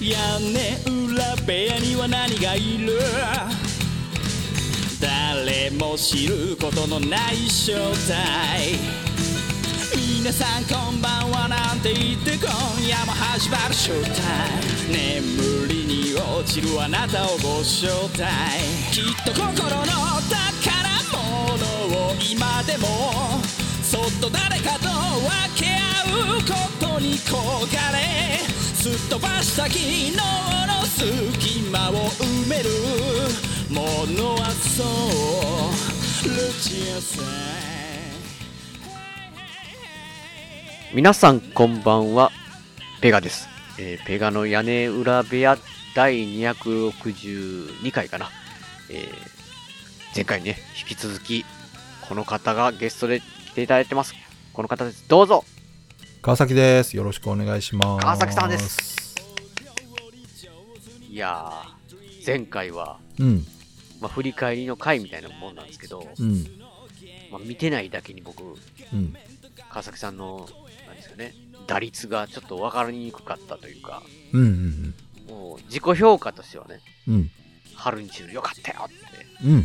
屋根裏部屋には何がいる？誰も知ることのない正体。皆さんこんばんはなんて言って今夜も始まるショータイム。眠りに落ちるあなたをご招待。きっと心の宝物を今でもそっと誰かと分け合うことに焦がれ、すっ飛ばした昨日の隙間を埋めるものはそうルチアさん。 皆さんこんばんは、ペガです。ペガの屋根裏部屋第262回かな。前回ね、引き続きこの方がゲストで来ていただいてます。この方です。どうぞ。 川崎です。よろしくお願いします。 川崎さんです。いやー、前回は、振り返りの回みたいなもんなんですけど、見てないだけに僕、川崎さんのなんですかね、打率がちょっと分かりにくかったというか、もう自己評価としてはね、春に中よかったよって、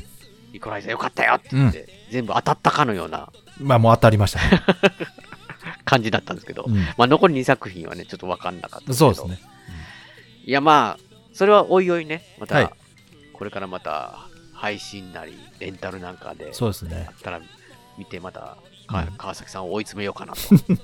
イコライザーよかったよって言って、全部当たったかのような、 まあもう当たりましたね。 感じだったんですけど、残り2作品はね、ちょっと分かんなかったんですけど。 そうですね。 いやまあ、それはおいおいね、また、これからまた配信なり、レンタルなんかで、 そうですね。 あったら見てまた、川崎さんを追い詰めようかなと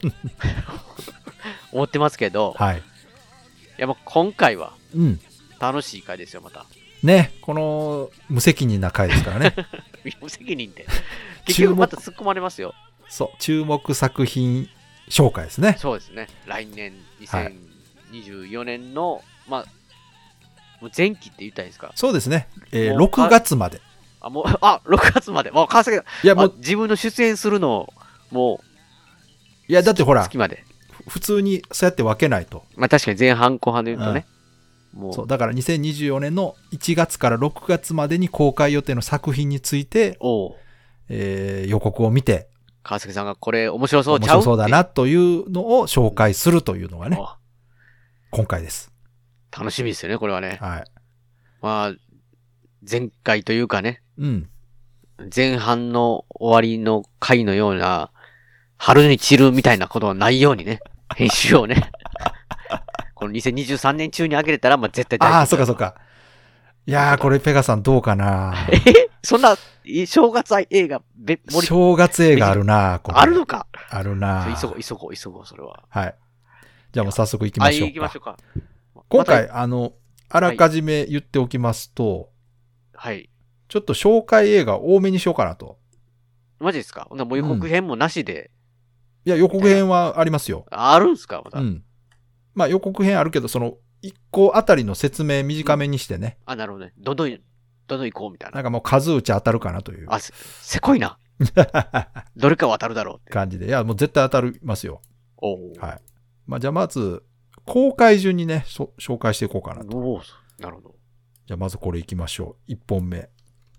思ってますけど、いやもう今回は楽しい回ですよ、また。 ね、この無責任な回ですからね。 無責任って結局また突っ込まれますよ。 そう、注目作品紹介ですね。 そうですね。来年2024年の、まあもう前期って言ったらいいですか。 そうですね。6月まで。 6月まで。もう川崎が、いやもう自分の出演するのをもう、 いやだってほら、 月まで普通にそうやって分けないと。 まあ確かに前半後半で言うとね。 もうそうだから2024年の1月から6月までに公開予定の作品について、予告を見て、 川崎さんがこれ面白そうちゃう？ 面白そうだなというのを紹介するというのがね、今回です。 楽しみですよね、これはね。 はい。 まあ、前回というかね、前半の終わりの回のような、春に散るみたいなことはないようにね、編集をね、この2023年中に上げれたら、まあ絶対大丈夫。 そうかそうか。いやー、これペガさんどうかな。 そんな、正月映画、 正月映画あるな、これ。 あるのか。 あるな。 急ごう、それは。 はい。じゃあもう早速行きましょうか。 行きましょうか。 今回、あらかじめ言っておきますと、ちょっと紹介映画多めにしようかなと。 マジですか？もう予告編もなしで。 いや、予告編はありますよ。 あるんすかまた。 まあ予告編あるけど、その、1個あたりの説明短めにしてね。 なるほどね。どんどん行こうみたいな。 なんかもう数打ち当たるかなという。 せこいな。どれかは当たるだろうって感じで。いや、もう絶対当たりますよ。 はい。 まあじゃあまず、公開順にね、紹介していこうかなと。 なるほど。 じゃあまずこれいきましょう。1本目。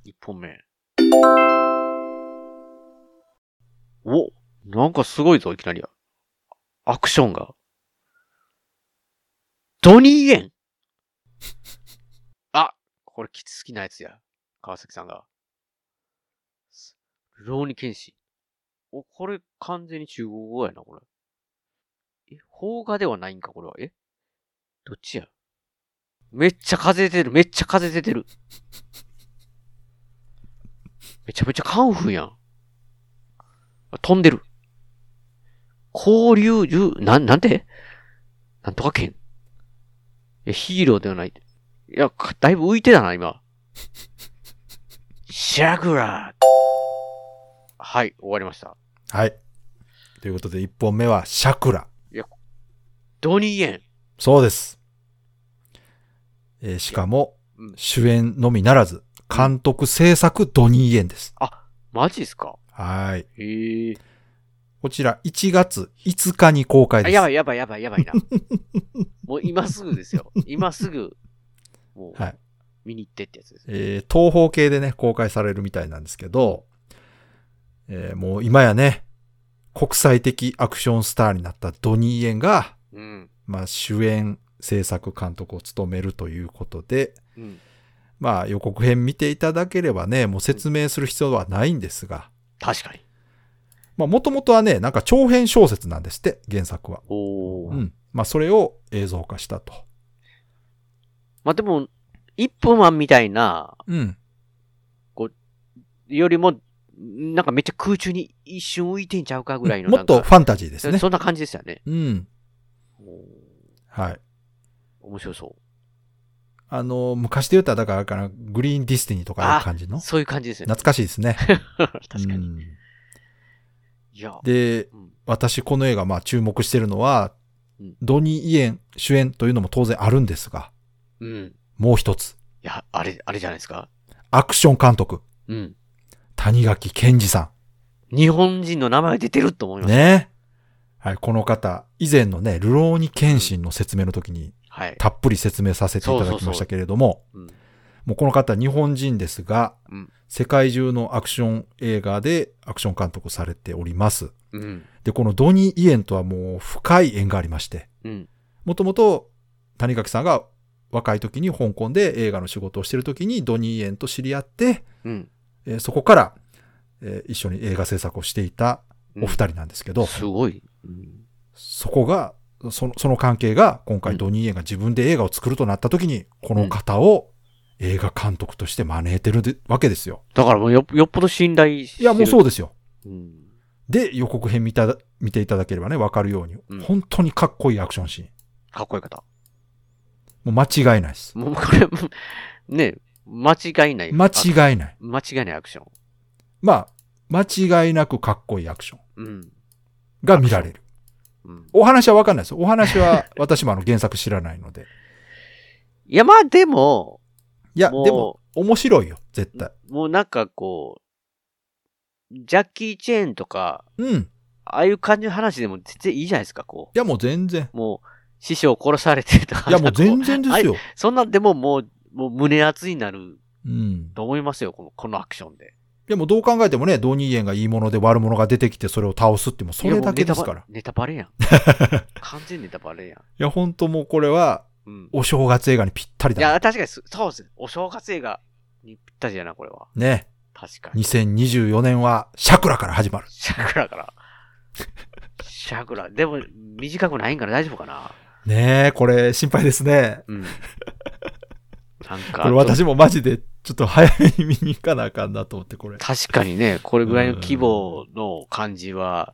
なんかすごいぞ、いきなり。アクションが。ドニー・イエンこれ好きなやつや。川崎さんが。ルローニケンシン。これ完全に中国語やな、これ。邦画ではないんか、これは。どっちや？めっちゃ風出てる。めちゃめちゃカンフーやん。飛んでる。交流なんてなんとか剣。ヒーローではない。いや、だいぶ浮いてたな、今。シャグラー。はい、終わりました。 はい。ということで、1本目はシャクラ。 いや、ドニー・イエン。 そうです。しかも、主演のみならず、監督制作ドニー・イエンです。 マジっすか？ はい。 へえ。 こちら1月5日に公開です。 やばいな。もう今すぐですよ。今すぐ、もう、見に行ってってやつです。 東宝系でね、公開されるみたいなんですけど、もう今やね、国際的アクションスターになったドニー・イエンが、まあ主演制作監督を務めるということで、まあ予告編見ていただければね、もう説明する必要はないんですが。 確かに。 まあもともとはね、なんか長編小説なんですって、原作は。まあそれを映像化したと。 まあでも、一分マンみたいな、こう、よりも、なんかめっちゃ空中に一瞬浮いてんちゃうかぐらいのもっとファンタジーですね。 そんな感じですよね。 はい。 面白そう。 昔で言ったら、だからグリーンディスティニーとかいう感じの。 そういう感じですよね。 懐かしいですね。 確かに。 で、私この映画、まあ注目してるのは、ドニー・イエン主演というのも当然あるんですが、もう一つ。 いや、あれじゃないですか。 アクション監督。谷垣健二さん。日本人の名前が出てると思いますね。はい、この方、以前のね、ルローニケンシンの説明の時に、たっぷり説明させていただきましたけれども、もうこの方日本人ですが、世界中のアクション映画でアクション監督されております。で、このドニー・イエンとはもう深い縁がありまして、もともと谷垣さんが若い時に香港で映画の仕事をしている時にドニー・イエンと知り合って、そこから、一緒に映画制作をしていたお二人なんですけど、 すごい。 そこが、その関係が今回ドニー・イエンが自分で映画を作るとなった時に、この方を映画監督として招いてるわけですよ。 だからもうよっぽど信頼してる。 いや、もうそうですよ。で、予告編見ていただければね、わかるように、本当にかっこいいアクションシーン。 かっこいい方。 もう間違いないです。 もうこれ、ね、間違いない。 間違いない。 間違いないアクション。 まあ、間違いなくかっこいいアクション。が見られる。お話はわかんないです。お話は私も原作知らないので。 いや、まあでも。 いや、でも、面白いよ、絶対。 もうなんかこう、ジャッキー・チェーンとか、ああいう感じの話でも全然いいじゃないですか、こう。いや、もう全然。 もう、師匠殺されてとか。 いや、もう全然ですよ。 そんなんでももう胸熱になる。と思いますよ、このアクションで。 いや、もうどう考えてもね、ドニー・イエンがいいもので悪者が出てきてそれを倒すってもうそれだけですから。 ネタバレやん。完全ネタバレやん。いや、ほんともうこれは、お正月映画にぴったりだ。 いや、確かにそうです。お正月映画にぴったりやな、これは。 ね。 確かに。 2024年は、シャクラから始まる。 シャクラから。シャクラ。でも、短くないんから大丈夫かな。 ねえ、これ心配ですね。 なんか。 これ私もマジで、ちょっと早めに見に行かなあかんなと思って、これ。 確かにね、これぐらいの規模の感じは、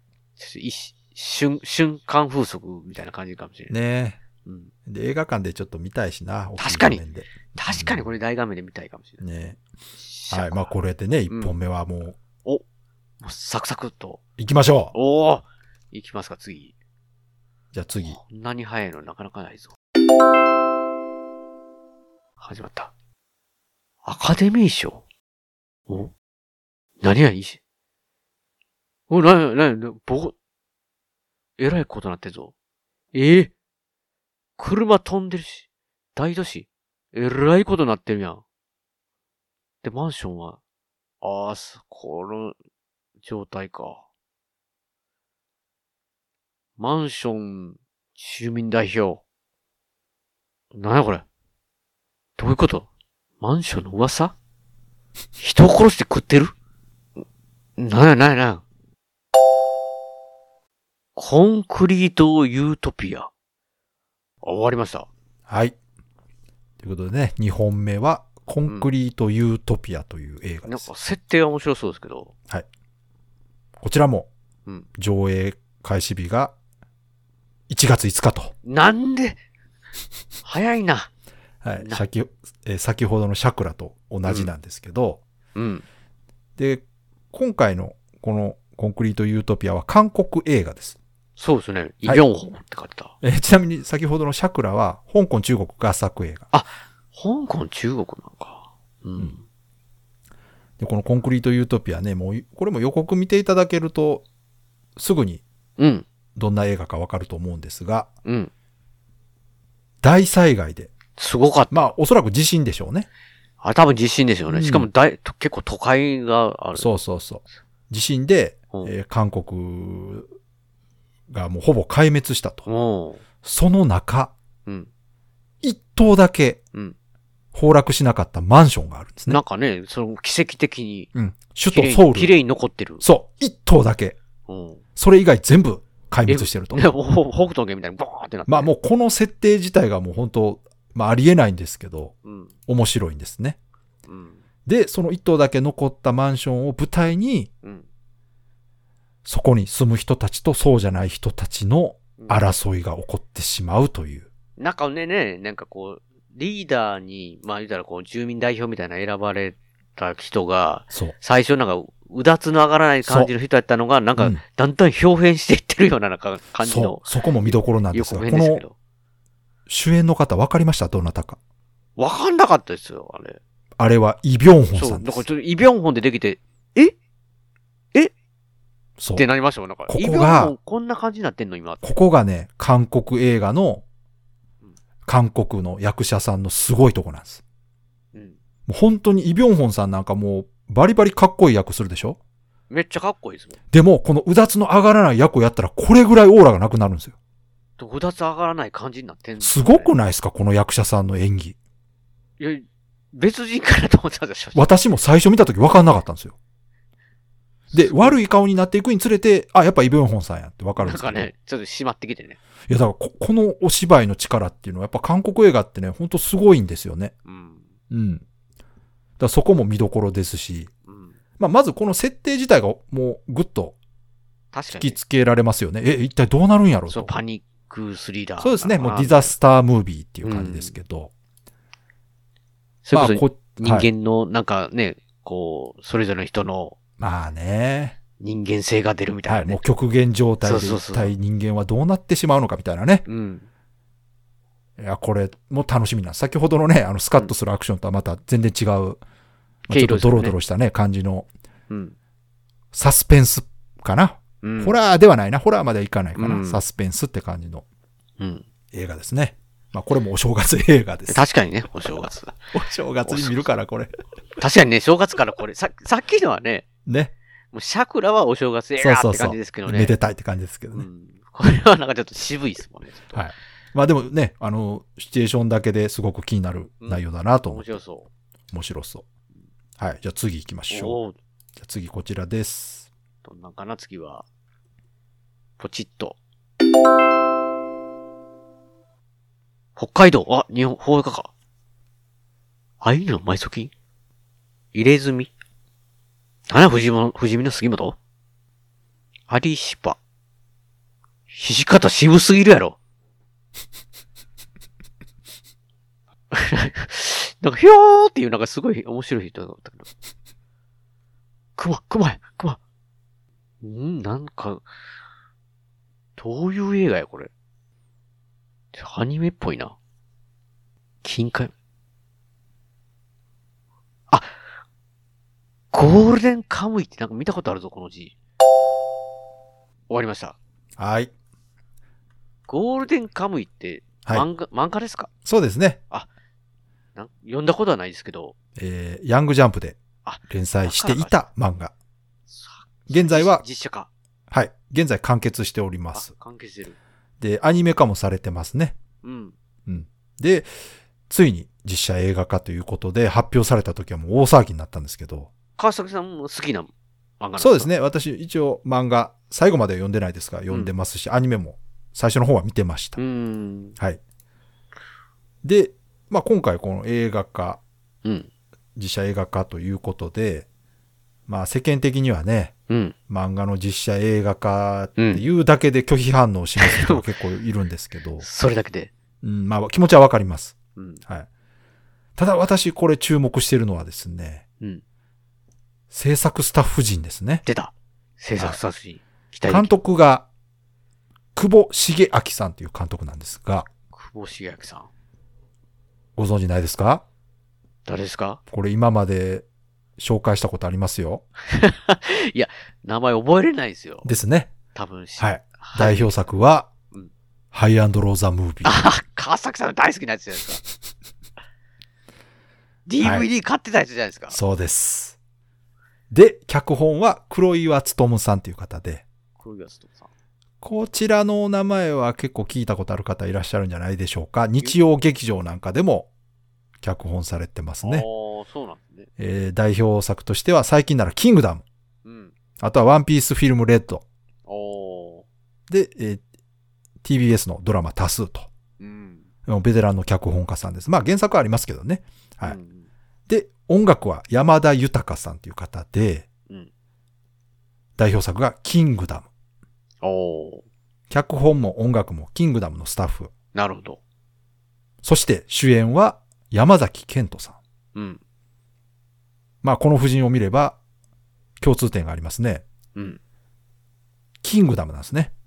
瞬間風速みたいな感じかもしれない。 ねえ。で、映画館でちょっっと見たいしな。 確かに。確かにこれ大画面で見たいかもしれない。 ねはい。まあこれでね、1本目はもう。 もうサクサクっと。 行きましょう。 おお行きますか、次。 じゃあ次。 こんなに早いのなかなかないぞ。始まった。アカデミー賞何やいいし。えらいことなってんぞ。車飛んでるし。大都市。えらいことなってるやん。で、マンションは、この状態か。マンション住民代表。なんやこれ。どういうこと？マンションの噂？人を殺して食ってる？なんや。コンクリートユートピア。終わりました。 はい。ということでね、2本目は、コンクリートユートピアという映画です。 なんか設定は面白そうですけど。 はい。こちらも、上映開始日が1月5日と。 なんで早いな。 はい。先ほどのシャクラと同じなんですけど、で、今回のこのコンクリートユートピアは韓国映画です。 そうですね。4本って書いてた。 ちなみに先ほどのシャクラは香港中国合作映画。 香港中国なんか。 で、このコンクリートユートピアね、もう、これも予告見ていただけると、すぐに、どんな映画かわかると思うんですが、大災害で。 すごかった。 まあ、おそらく地震でしょうね。 多分地震でしょうね。しかも結構都会がある。 そう。地震で、韓国がもうほぼ壊滅したと。その中、 一棟だけ、崩落しなかったマンションがあるんですね。 なんかね、その奇跡的に、 首都ソウル。 綺麗に残ってる。 そう。一棟だけ。それ以外全部壊滅してると。 北斗芸みたいにボーってなって。 まあもうこの設定自体がもう本当、まあありえないんですけど、面白いんですね。で、その一棟だけ残ったマンションを舞台に、そこに住む人たちとそうじゃない人たちの争いが起こってしまうという。 なんかね、なんかこう、リーダーに、まあ言うたらこう、住民代表みたいな選ばれた人が、最初なんか、うだつの上がらない感じの人やったのが、なんか、だんだん表変していってるような感じの。 そこも見どころなんですが、この、主演の方分かりました？どなたか。 分かんなかったですよ、あれ。 あれはイ・ビョンホンさんです。そう、 だからちょっとイ・ビョンホンでできて、そう。ってなりましたもん、なんか。 ここが、 こんな感じになってんの今。 ここがね、韓国映画の、韓国の役者さんのすごいとこなんです。もう本当にイ・ビョンホンさんなんかもう、バリバリかっこいい役するでしょ？ めっちゃかっこいいですもん。 でも、このうだつの上がらない役をやったら、これぐらいオーラがなくなるんですよ。 うだつ上がらない感じになってんの、ね、 すごくないですか？この役者さんの演技。 いや、別人かなと思ったでしょ。 私も最初見たとき分かんなかったんですよ。で、悪い顔になっていくにつれて、あ、やっぱイ・ビョンホンさんやって分かるんですよ。 なんかね、ちょっと締まってきてね。 いや、だからこのお芝居の力っていうのは、やっぱ韓国映画ってね、ほんとすごいんですよね。だからそこも見どころですし、まずこの設定自体がもうぐっと引きつけられますよね。一体どうなるんやろうと。 そう、パニックスリラー。 そうですね。もうディザスタームービーっていう感じですけど。 それこそ人間のなんかね、こう、それぞれの人の、 まあね。 人間性が出るみたいな、ね。 もう極限状態で一体人間はどうなってしまうのかみたいなね。いや、これも楽しみなんです。先ほどのね、スカッとするアクションとはまた全然違う、ちょっとドロドロしたね、感じの、サスペンスかな。ホラーではないな。ホラーまではいかないかな。サスペンスって感じの映画ですね。まあこれもお正月映画です。 確かにね、お正月。 お正月に見るからこれ。 確かにね、正月からこれ、さっきのはね、 ね。 もう桜はお正月映画って感じですけどね。 めでたいって感じですけどね。 これはなんかちょっと渋いですもんね。 はい。まあでもね、シチュエーションだけですごく気になる内容だなと思って。 面白そう。 面白そう。はい。じゃあ次行きましょう。じゃあ次こちらです。 どんなんかな、次は。ポチッと。北海道、日本、法映画か。あいの埋葬金入れ墨富士見の杉本有芝。土方渋すぎるやろ。なんか、ひょーっていうなんかすごい面白い人だったけど。熊。なんか、どういう映画や、これ。アニメっぽいな。金塊。あ、ゴールデンカムイってなんか見たことあるぞ、この字。終わりました。 はい。 ゴールデンカムイって漫画ですか？ そうですね。 読んだことはないですけど。 ヤングジャンプで連載していた漫画。現在は、 実写化。 はい。現在完結しております。 完結してる。 で、アニメ化もされてますね。で、ついに実写映画化ということで発表された時はもう大騒ぎになったんですけど。 川崎さんも好きな漫画ですか？ そうですね。私一応漫画、最後までは読んでないですが、読んでますし、アニメも最初の方は見てました。はい。で、まあ今回この映画化、実写映画化ということで、まあ世間的にはね、漫画の実写映画化っていうだけで拒否反応を示す人が結構いるんですけど。 それだけで。 まあ気持ちはわかります。はい。ただ私これ注目しているのはですね、制作スタッフ陣ですね。 出た。制作スタッフ陣。 監督が久保茂明さんという監督なんですが。 久保茂明さん。 ご存知ないですか？ 誰ですか？ これ今まで紹介したことありますよ。 いや、名前覚えれないですよ。 ですね。 多分はい。代表作は、ハイ&ローザムービー。 川崎さんの大好きなやつじゃないですか。DVD 買ってたやつじゃないですか。 そうです。で、脚本は黒岩勉さんという方で。 黒岩勉さん。 こちらのお名前は結構聞いたことある方いらっしゃるんじゃないでしょうか。日曜劇場なんかでも脚本されてますね。 そうなんですね。 代表作としては最近ならキングダム。 うん、 あとはワンピースフィルムレッド。で、TBS のドラマ多数と。うん、ベテランの脚本家さんです。まあ原作はありますけどね。はい。うん、で、音楽は山田豊さんという方で、うん、代表作がキングダム。脚本も音楽もキングダムのスタッフ。 なるほど。 そして主演は山崎賢人さん。うん。まあこの夫人を見れば共通点がありますね。うん。キングダムなんですね。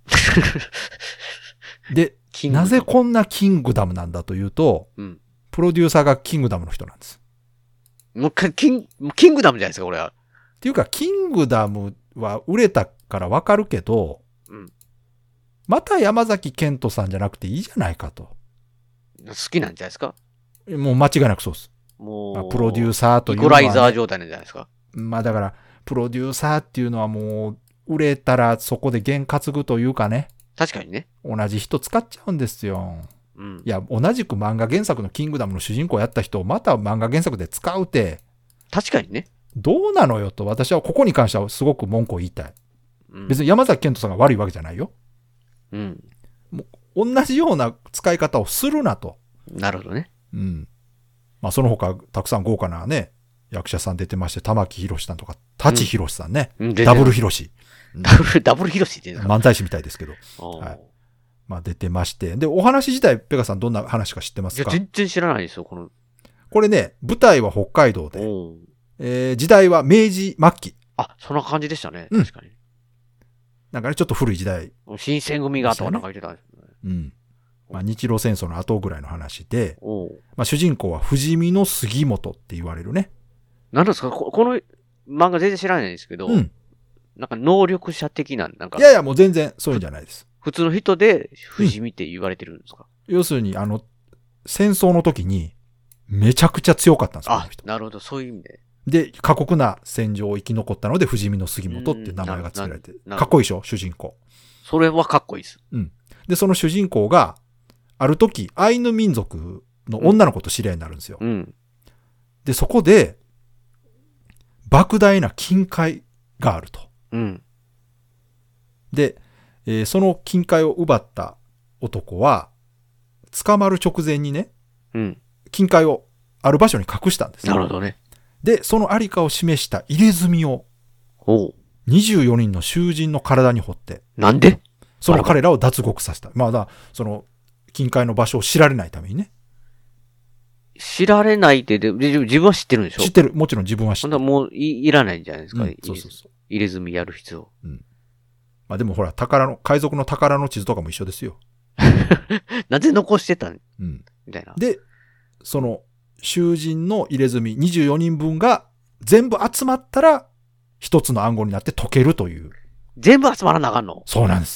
で、なぜこんなキングダムなんだというと、うん、プロデューサーがキングダムの人なんです。 もうキングダムじゃないですか、これは。 っていうか、キングダムは売れたからわかるけど、うん、また山崎賢人さんじゃなくていいじゃないかと。 好きなんじゃないですか。 もう間違いなくそうです。 もう、 まあ、プロデューサーというのは、ね、イコライザー状態なんじゃないですか。 まあだから、プロデューサーっていうのはもう、売れたらそこで験担ぐというかね。 確かにね。 同じ人使っちゃうんですよ。うん、いや、同じく漫画原作のキングダムの主人公やった人をまた漫画原作で使うて。 確かにね。 どうなのよと、私はここに関してはすごく文句を言いたい。うん、別に山崎賢人さんが悪いわけじゃないよ。うん。もう同じような使い方をするなと。 なるほどね。 うん。まあその他たくさん豪華なね、役者さん出てまして、玉木宏さんとか、舘ひろしさんね。うん、ダブルひろし。 ダブルひろしって言うんですか？ 漫才師みたいですけど。はい。まあ出てまして。で、お話自体、ペガさんどんな話か知ってますか？ いや、全然知らないですよ、 これね、舞台は北海道で、時代は明治末期。 あ、そんな感じでしたね。確かに。 なんかね、ちょっと古い時代、 新選組がとかなんか言ってたんですね。 うん。まあ、日露戦争の後ぐらいの話で、まあ、主人公は不死身の杉本って言われるね。 何ですかこの漫画全然知らないんですけど、うん、なんか能力者的な、なんか。 いやいや、もう全然そういうんじゃないです。 普通の人で不死身って言われてるんですか？ 要するに、戦争の時に、めちゃくちゃ強かったんですよ。 あ、なるほど、そういう意味で。 で、過酷な戦場を生き残ったので、不死身の杉本って名前が付けられて、かっこいいでしょ、主人公。 それはかっこいいです。 うん。で、その主人公が、ある時、アイヌ民族の女の子と知り合いになるんですよ。うん。で、そこで、莫大な金塊があると。うん。で、その金塊を奪った男は、捕まる直前にね、うん。金塊をある場所に隠したんですよ。 なるほどね。 で、そのありかを示した入れ墨を、24人の囚人の体に彫って、 なんで？ その彼らを脱獄させた。まあその、金塊の場所を知られないためにね。 知られないって自分は知ってるんでしょ？ 知ってる。もちろん自分は知ってる。 ほんともういらないんじゃないですか。うん、 そうそうそう。 入れ墨やる必要。うん。 まあでもほら、海賊の宝の地図とかも一緒ですよ。 なぜ残してたん？うん。みたいな。 で、その、囚人の入れ墨24人分が全部集まったら、一つの暗号になって解けるという。 全部集まらなあかんの？ そうなんです。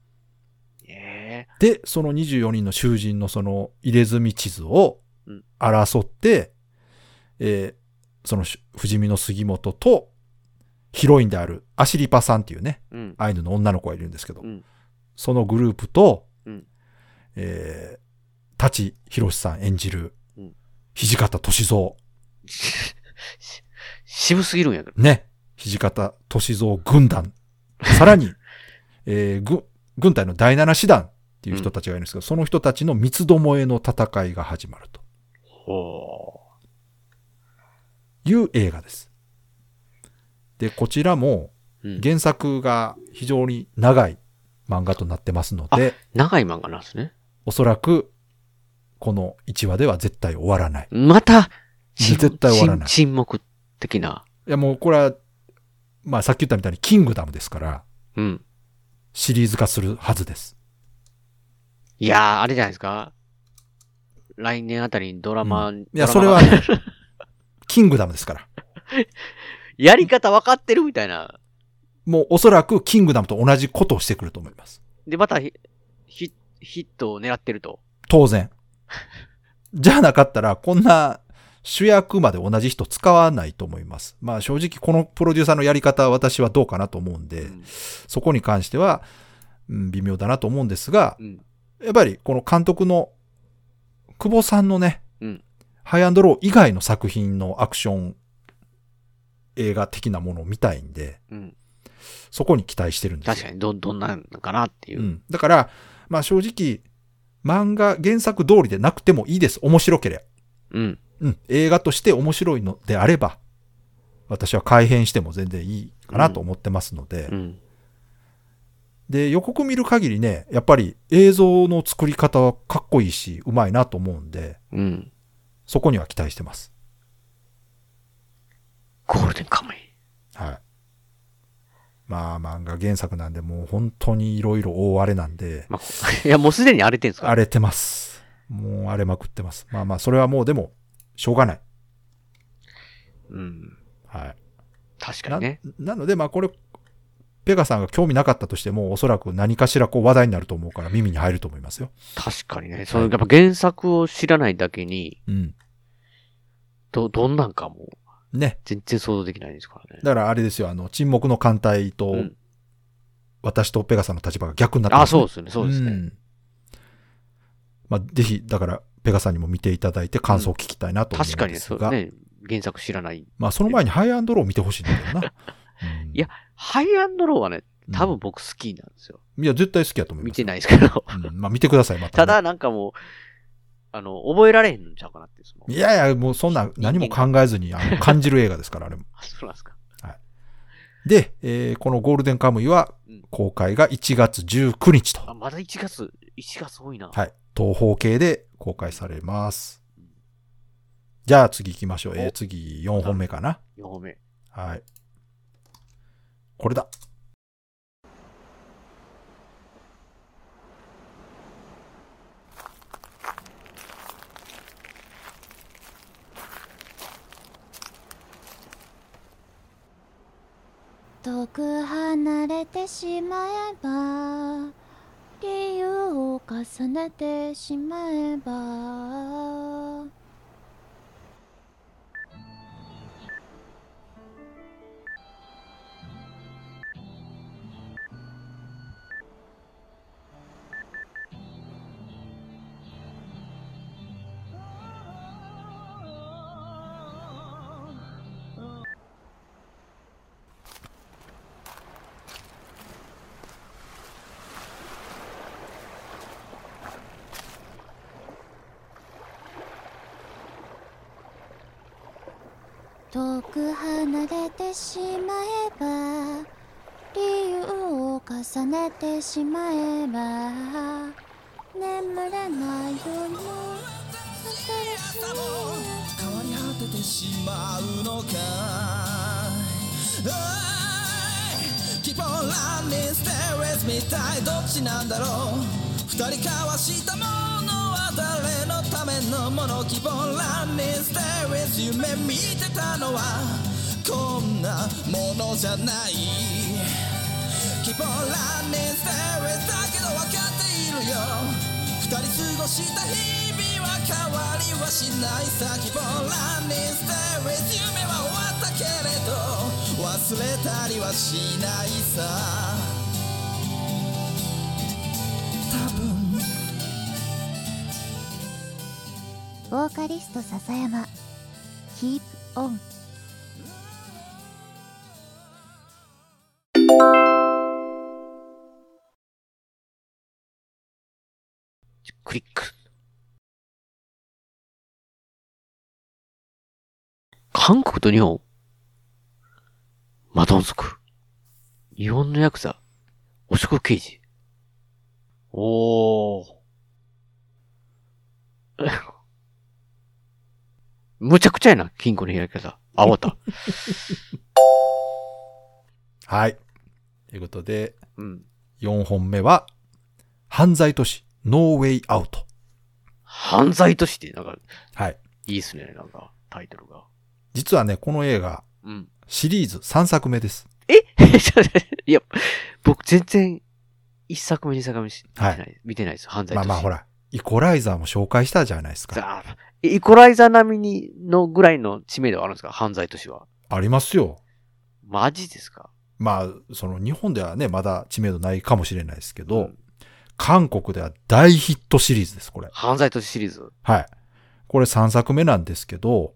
で、その24人の囚人のその入れ墨地図を争って、その不死身の杉本とヒロインであるアシリパさんっていうね、アイヌの女の子がいるんですけど、そのグループと、舘ひろしさん演じる土方歳三。 渋すぎるんやけど。 ね。土方歳三軍団。さらに、軍隊の第7師団っていう人たちがいるんですけど、その人たちの三つどもえの戦いが始まると。いう映画です。で、こちらも原作が非常に長い漫画となってますので、 長い漫画なんですね。 おそらくこの1話では絶対終わらない。 また絶対終わらない。 沈黙的な。 いやもうこれは、まあさっき言ったみたいにキングダムですから、うん。シリーズ化するはずです。 いやー、あれじゃないですか。来年あたりにドラマ、いや、それはね、キングダムですから。 やり方分かってるみたいな。 もうおそらくキングダムと同じことをしてくると思います。 で、またヒットを狙ってると。 当然。じゃあなかったら、こんな主役まで同じ人使わないと思います。まあ正直このプロデューサーのやり方は私はどうかなと思うんで、そこに関しては、 微妙だなと思うんですが、やっぱりこの監督の久保さんのね、ハイアンドロー以外の作品のアクション映画的なものを見たいんで、そこに期待してるんですよ。 確かにどんなんかなっていう。 だから、まあ正直、漫画原作通りでなくてもいいです。面白ければ。映画として面白いのであれば、私は改編しても全然いいかなと思ってますので、で、予告見る限りね、やっぱり映像の作り方はかっこいいし、うまいなと思うんで、そこには期待してます。 ゴールデンカムイ。 はい。まあ漫画原作なんでもう本当にいろいろ大荒れなんで。 いやもうすでに荒れてるんですか？ 荒れてます。もう荒れまくってます。まあまあそれはもうでもしょうがない。はい。 確かにね。 なのでまあこれ、ペガさんが興味なかったとしてもおそらく何かしらこう話題になると思うから耳に入ると思いますよ。 確かにね。そのやっぱ原作を知らないだけに、どんなんかも。 ね。 全然想像できないですからね。 だからあれですよ、沈黙の艦隊と、私とペガさんの立場が逆になってますね。そうですね。 まあ、ぜひ、だから、ペガさんにも見ていただいて感想を聞きたいなと思うんですが。 確かにそうね。原作知らない。 まあ、その前にハイアンドローを見てほしいんだけどな。 いや、ハイアンドローはね、多分僕好きなんですよ。 いや、絶対好きやと思います。 見てないですけど。 まあ、見てください、また。 ただ、なんかもう、覚えられへんのちゃうかなって。 いやいや、もうそんな何も考えずに感じる映画ですから、あれも。 そうなんですか。 はい。で、このゴールデンカムイは、公開が1月19日と。 まだ1月多いな。 はい。東宝系で公開されます。じゃあ次行きましょう。次4本目かな。 4本目。 はい。これだ。 遠く離れてしまえば理由を重ねてしまえば遠く離れてしまえば理由を重ねてしまえば眠れない夜も変わり果ててしまうのかKeep on running, stay with me 一体どっちなんだろう二人交わしたものは誰のためのもの Keep on running, stay with 夢見てたのはこんなものじゃない Keep on running, stay with だけど分かっているよ二人過ごした日々は変わりはしないさ Keep on running, stay with 夢は終わったけれど忘れたりはしないさ多分ボーカリスト笹山 Keep on クリック。韓国と日本マドンソク。日本のヤクザ。汚職刑事。おー。むちゃくちゃやな、金庫の開き方。あ、終わった。 はい。ということで、4本目は、犯罪都市、ノーウェイアウト。 犯罪都市って、なんか、 はい。 いいっすね、なんか、タイトルが。 実はね、この映画、シリーズ3作目です。 いや、僕全然、1作目、2作目見てないです、犯罪都市。 まあほら、イコライザーも紹介したじゃないですか。 イコライザー並みにのぐらいの知名度はあるんですか、犯罪都市は。 ありますよ。 マジですか？ まあ、その日本ではね、まだ知名度ないかもしれないですけど、韓国では大ヒットシリーズです、これ。 犯罪都市シリーズ。 はい。これ3作目なんですけど、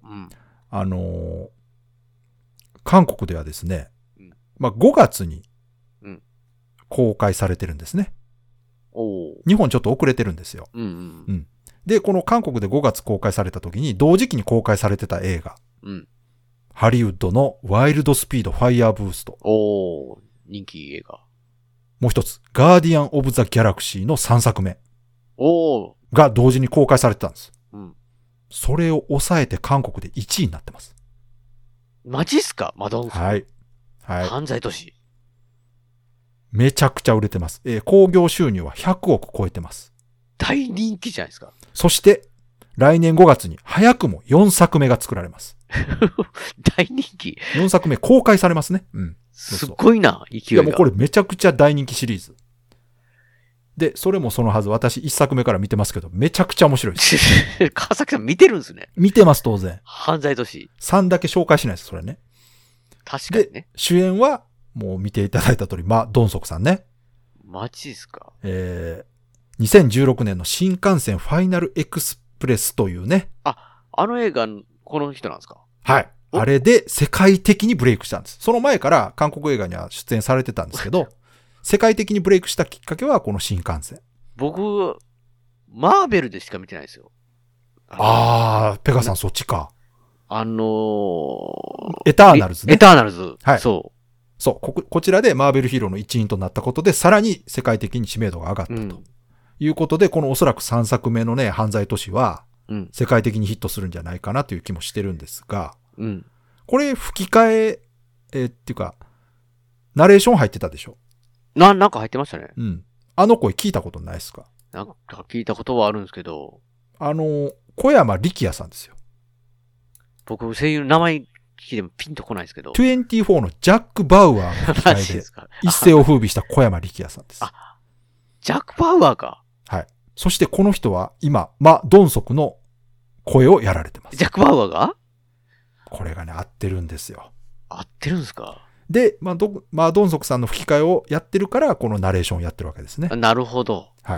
韓国ではですね、まあ5月に公開されてるんですね。日本ちょっと遅れてるんですよ。で、この韓国で5月公開された時に同時期に公開されてた映画。ハリウッドのワイルドスピードファイヤーブースト。 人気映画。 もう一つ、ガーディアン・オブ・ザ・ギャラクシーの3作目。が同時に公開されてたんです。それを抑えて韓国で1位になってます。 マジっすかマドンソン。 はい。 犯罪都市。 めちゃくちゃ売れてます。興行収入は100億超えてます。 大人気じゃないですか。 そして、来年5月に早くも4作目が作られます。 大人気 ?4 作目公開されますね。 すっごいな、勢いが。 いやもうこれめちゃくちゃ大人気シリーズ。で、それもそのはず、私1作目から見てますけど、めちゃくちゃ面白いです。 川崎さん見てるんですね。 見てます、当然。 犯罪都市。 3だけ紹介しないです、それね。 確かにね。 で、主演は、もう見ていただいた通り、ドンソクさんね。 マジですか。 2016年の新幹線ファイナルエクスプレスというね。 あの映画、この人なんですか？ はい。あれで世界的にブレイクしたんです。その前から韓国映画には出演されてたんですけど、世界的にブレイクしたきっかけはこの新幹線。 僕、マーベルでしか見てないですよ。 ペガさんそっちか。 エターナルズね。 エターナルズ。 はい。そう。こちらでマーベルヒーローの一員となったことで、さらに世界的に知名度が上がったと。いうことで、このおそらく3作目のね、犯罪都市は、世界的にヒットするんじゃないかなという気もしてるんですが、これ吹き替え、っていうか、ナレーション入ってたでしょ？ なんか入ってましたね。 あの声聞いたことないですか？ なんか聞いたことはあるんですけど。 小山力也さんですよ。 僕、声優の名前聞いてもピンとこないですけど。 24のジャック・バウアーの吹き替えで、一世を風靡した小山力也さんです。 ジャック・バウアーか。 はい。そしてこの人は今、ドンソクの声をやられてます。 ジャック・バウアーが？ これがね、合ってるんですよ。 合ってるんですか？ で、ドンソクさんの吹き替えをやってるから、このナレーションをやってるわけですね。 なるほど。 はい。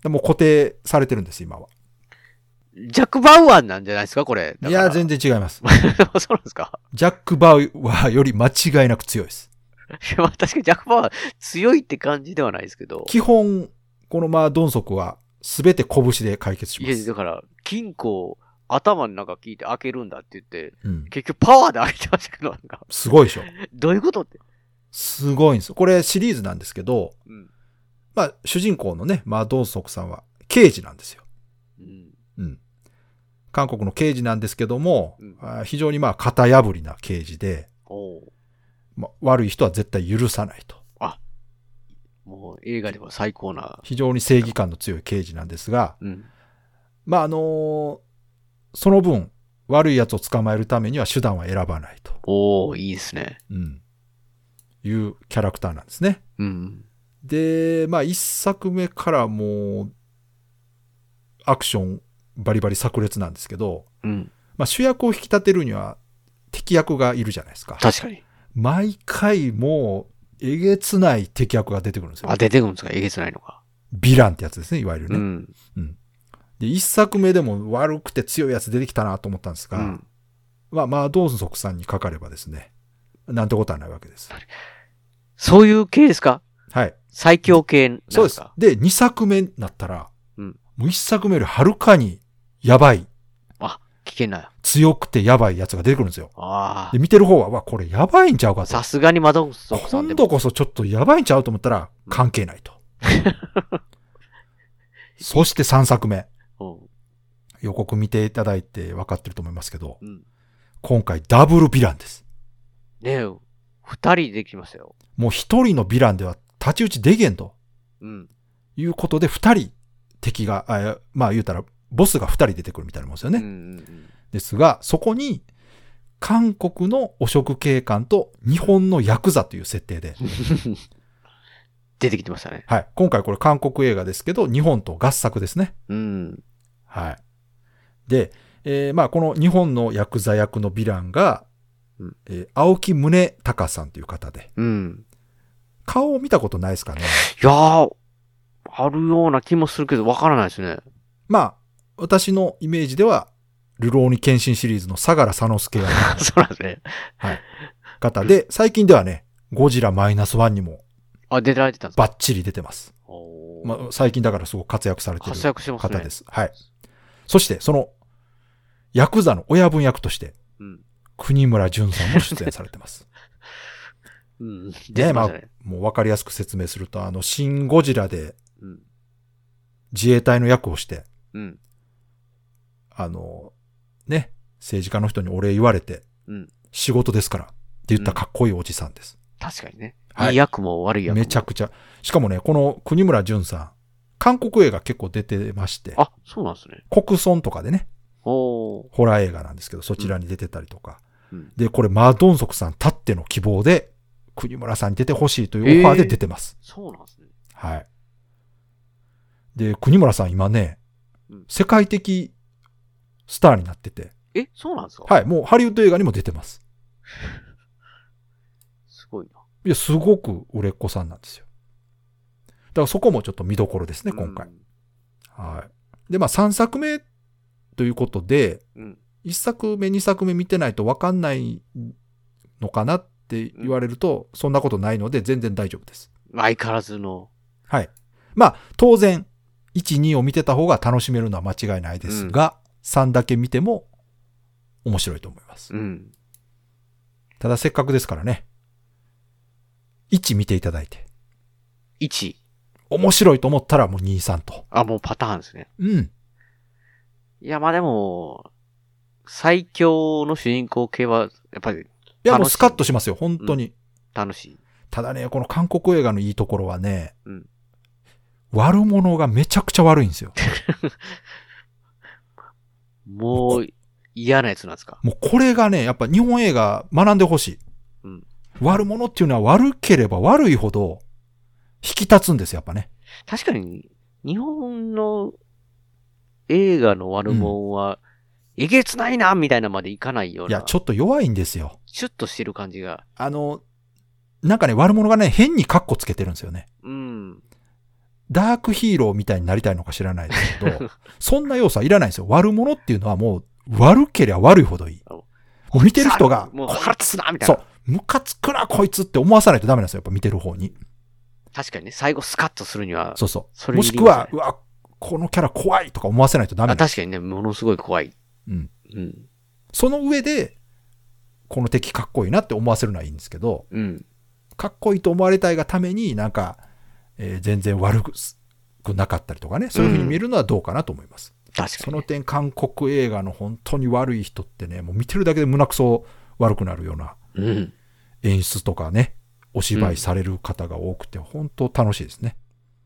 もう固定されてるんです、今は。 ジャック・バウアーなんじゃないですか、これ。 いや、全然違います。 そうなんですか？ ジャック・バウアーより間違いなく強いです。 確かにジャック・バウアー強いって感じではないですけど。 基本、このドンソクは全て拳で解決します。 いや、だから、金庫を頭になんか聞いて開けるんだって言って、結局パワーで開けてましたけど、なんか。 すごいでしょ。 どういうことって。 すごいんですよ。これシリーズなんですけど、主人公のね、ドンソクさんは刑事なんですよ。韓国の刑事なんですけども、非常に型破りな刑事で、悪い人は絶対許さないと。 もう映画では最高な。 非常に正義感の強い刑事なんですが、その分、悪い奴を捕まえるためには手段は選ばないと。 いいですね。 いうキャラクターなんですね。で、一作目からもう、アクションバリバリ炸裂なんですけど、主役を引き立てるには敵役がいるじゃないですか。 確かに。 毎回もう、えげつない敵役が出てくるんですよ。 出てくるんですか？えげつないのか。 ヴィランってやつですね、いわゆるね。で、一作目でも悪くて強いやつ出てきたなと思ったんですが、ドンソクさんにかかればですね、なんてことはないわけです。 そういう系ですか？ はい。 最強系なんですか？ そうです。で、2作目になったら、もう1作目よりはるかにやばい。 危険な。 強くてやばいやつが出てくるんですよ。で、見てる方は、これやばいんちゃうかと。 さすがにマドンソクさんでも。 今度こそちょっとやばいんちゃうと思ったら、関係ないと。そして3作目。予告見ていただいて分かってると思いますけど、今回ダブルヴィランです。 ねえ、2人できましたよ。 もう1人のヴィランでは太刀打ちできんと。いうことで2人敵が、言うたら、ボスが2人出てくるみたいなもんですよね。ですが、そこに、韓国の汚職警官と日本のヤクザという設定で。 出てきてましたね。 はい。今回これ韓国映画ですけど、日本と合作ですね。はい。で、この日本のヤクザ役のヴィランが、 青木宗隆さんという方で。 うん。 顔を見たことないですかね。 いやー、あるような気もするけど、わからないですね。 まあ、私のイメージでは、流浪に剣心シリーズの相良佐之助そうなんですね。 はい。方で、最近ではね、ゴジラ-1にも、 出られてたんですかバッチリ出てます。まあ、最近だからすごく活躍されてる方です。はい。そして、その、ヤクザの親分役として、国村淳さんも出演されてます。まあ、もう分かりやすく説明すると、シン・ゴジラで、自衛隊の役をして、ね、政治家の人にお礼言われて、仕事ですからって言ったかっこいいおじさんです。 確かにね。いい役も悪い役も。 めちゃくちゃ。しかもね、この国村淳さん、韓国映画結構出てまして。 あ、そうなんですね。 国村とかでね。ホラー映画なんですけど、そちらに出てたりとか。で、これ、マ・ドンソクさんたっての希望で、国村さんに出てほしいというオファーで出てます。 そうなんですね。 はい。で、国村さん今ね、世界的スターになってて。 そうなんですか？ はい。もうハリウッド映画にも出てます。 すごいな。 いや、すごく売れっ子さんなんですよ。だからそこもちょっと見どころですね、今回。はい。で、まあ3作目ということで、1作目、2作目見てないと分かんないのかなって言われると、そんなことないので全然大丈夫です。 相変わらずの。 はい。まあ、当然、1、2を見てた方が楽しめるのは間違いないですが、3だけ見ても面白いと思います。ただせっかくですからね、1見ていただいて。 1。 面白いと思ったらもう2、3と。 もうパターンですね。 いや、まあでも、最強の主人公系は、やっぱり、いや、もうスカッとしますよ、本当に。 楽しい。 ただね、この韓国映画のいいところはね、悪者がめちゃくちゃ悪いんですよ。 もう、嫌なやつなんですか？ もうこれがね、やっぱ日本映画学んでほしい。悪者っていうのは悪ければ悪いほど引き立つんですよ、やっぱね。 確かに、日本の映画の悪者は、えげつないな、みたいなまでいかないような。 いや、ちょっと弱いんですよ。 シュッとしてる感じが。 なんかね、悪者がね、変にカッコつけてるんですよね。ダークヒーローみたいになりたいのか知らないですけど、そんな要素はいらないんですよ。悪者っていうのはもう、悪ければ悪いほどいい。もう見てる人が、 もう腹立つな、みたいな。 そう。ムカつくな、こいつって思わさないとダメなんですよ。やっぱ見てる方に。 確かにね、最後スカッとするには。 そうそう。もしくは、うわ、このキャラ怖いとか思わせないとダメなんです。 確かにね、ものすごい怖い。 その上で、この敵かっこいいなって思わせるのはいいんですけど、かっこいいと思われたいがためになんか、全然悪くなかったりとかね、そういう風に見るのはどうかなと思います。 確かに、 その点、韓国映画の本当に悪い人ってね、もう見てるだけで胸くそ悪くなるような演出とかね、お芝居される方が多くて、本当楽しいですね。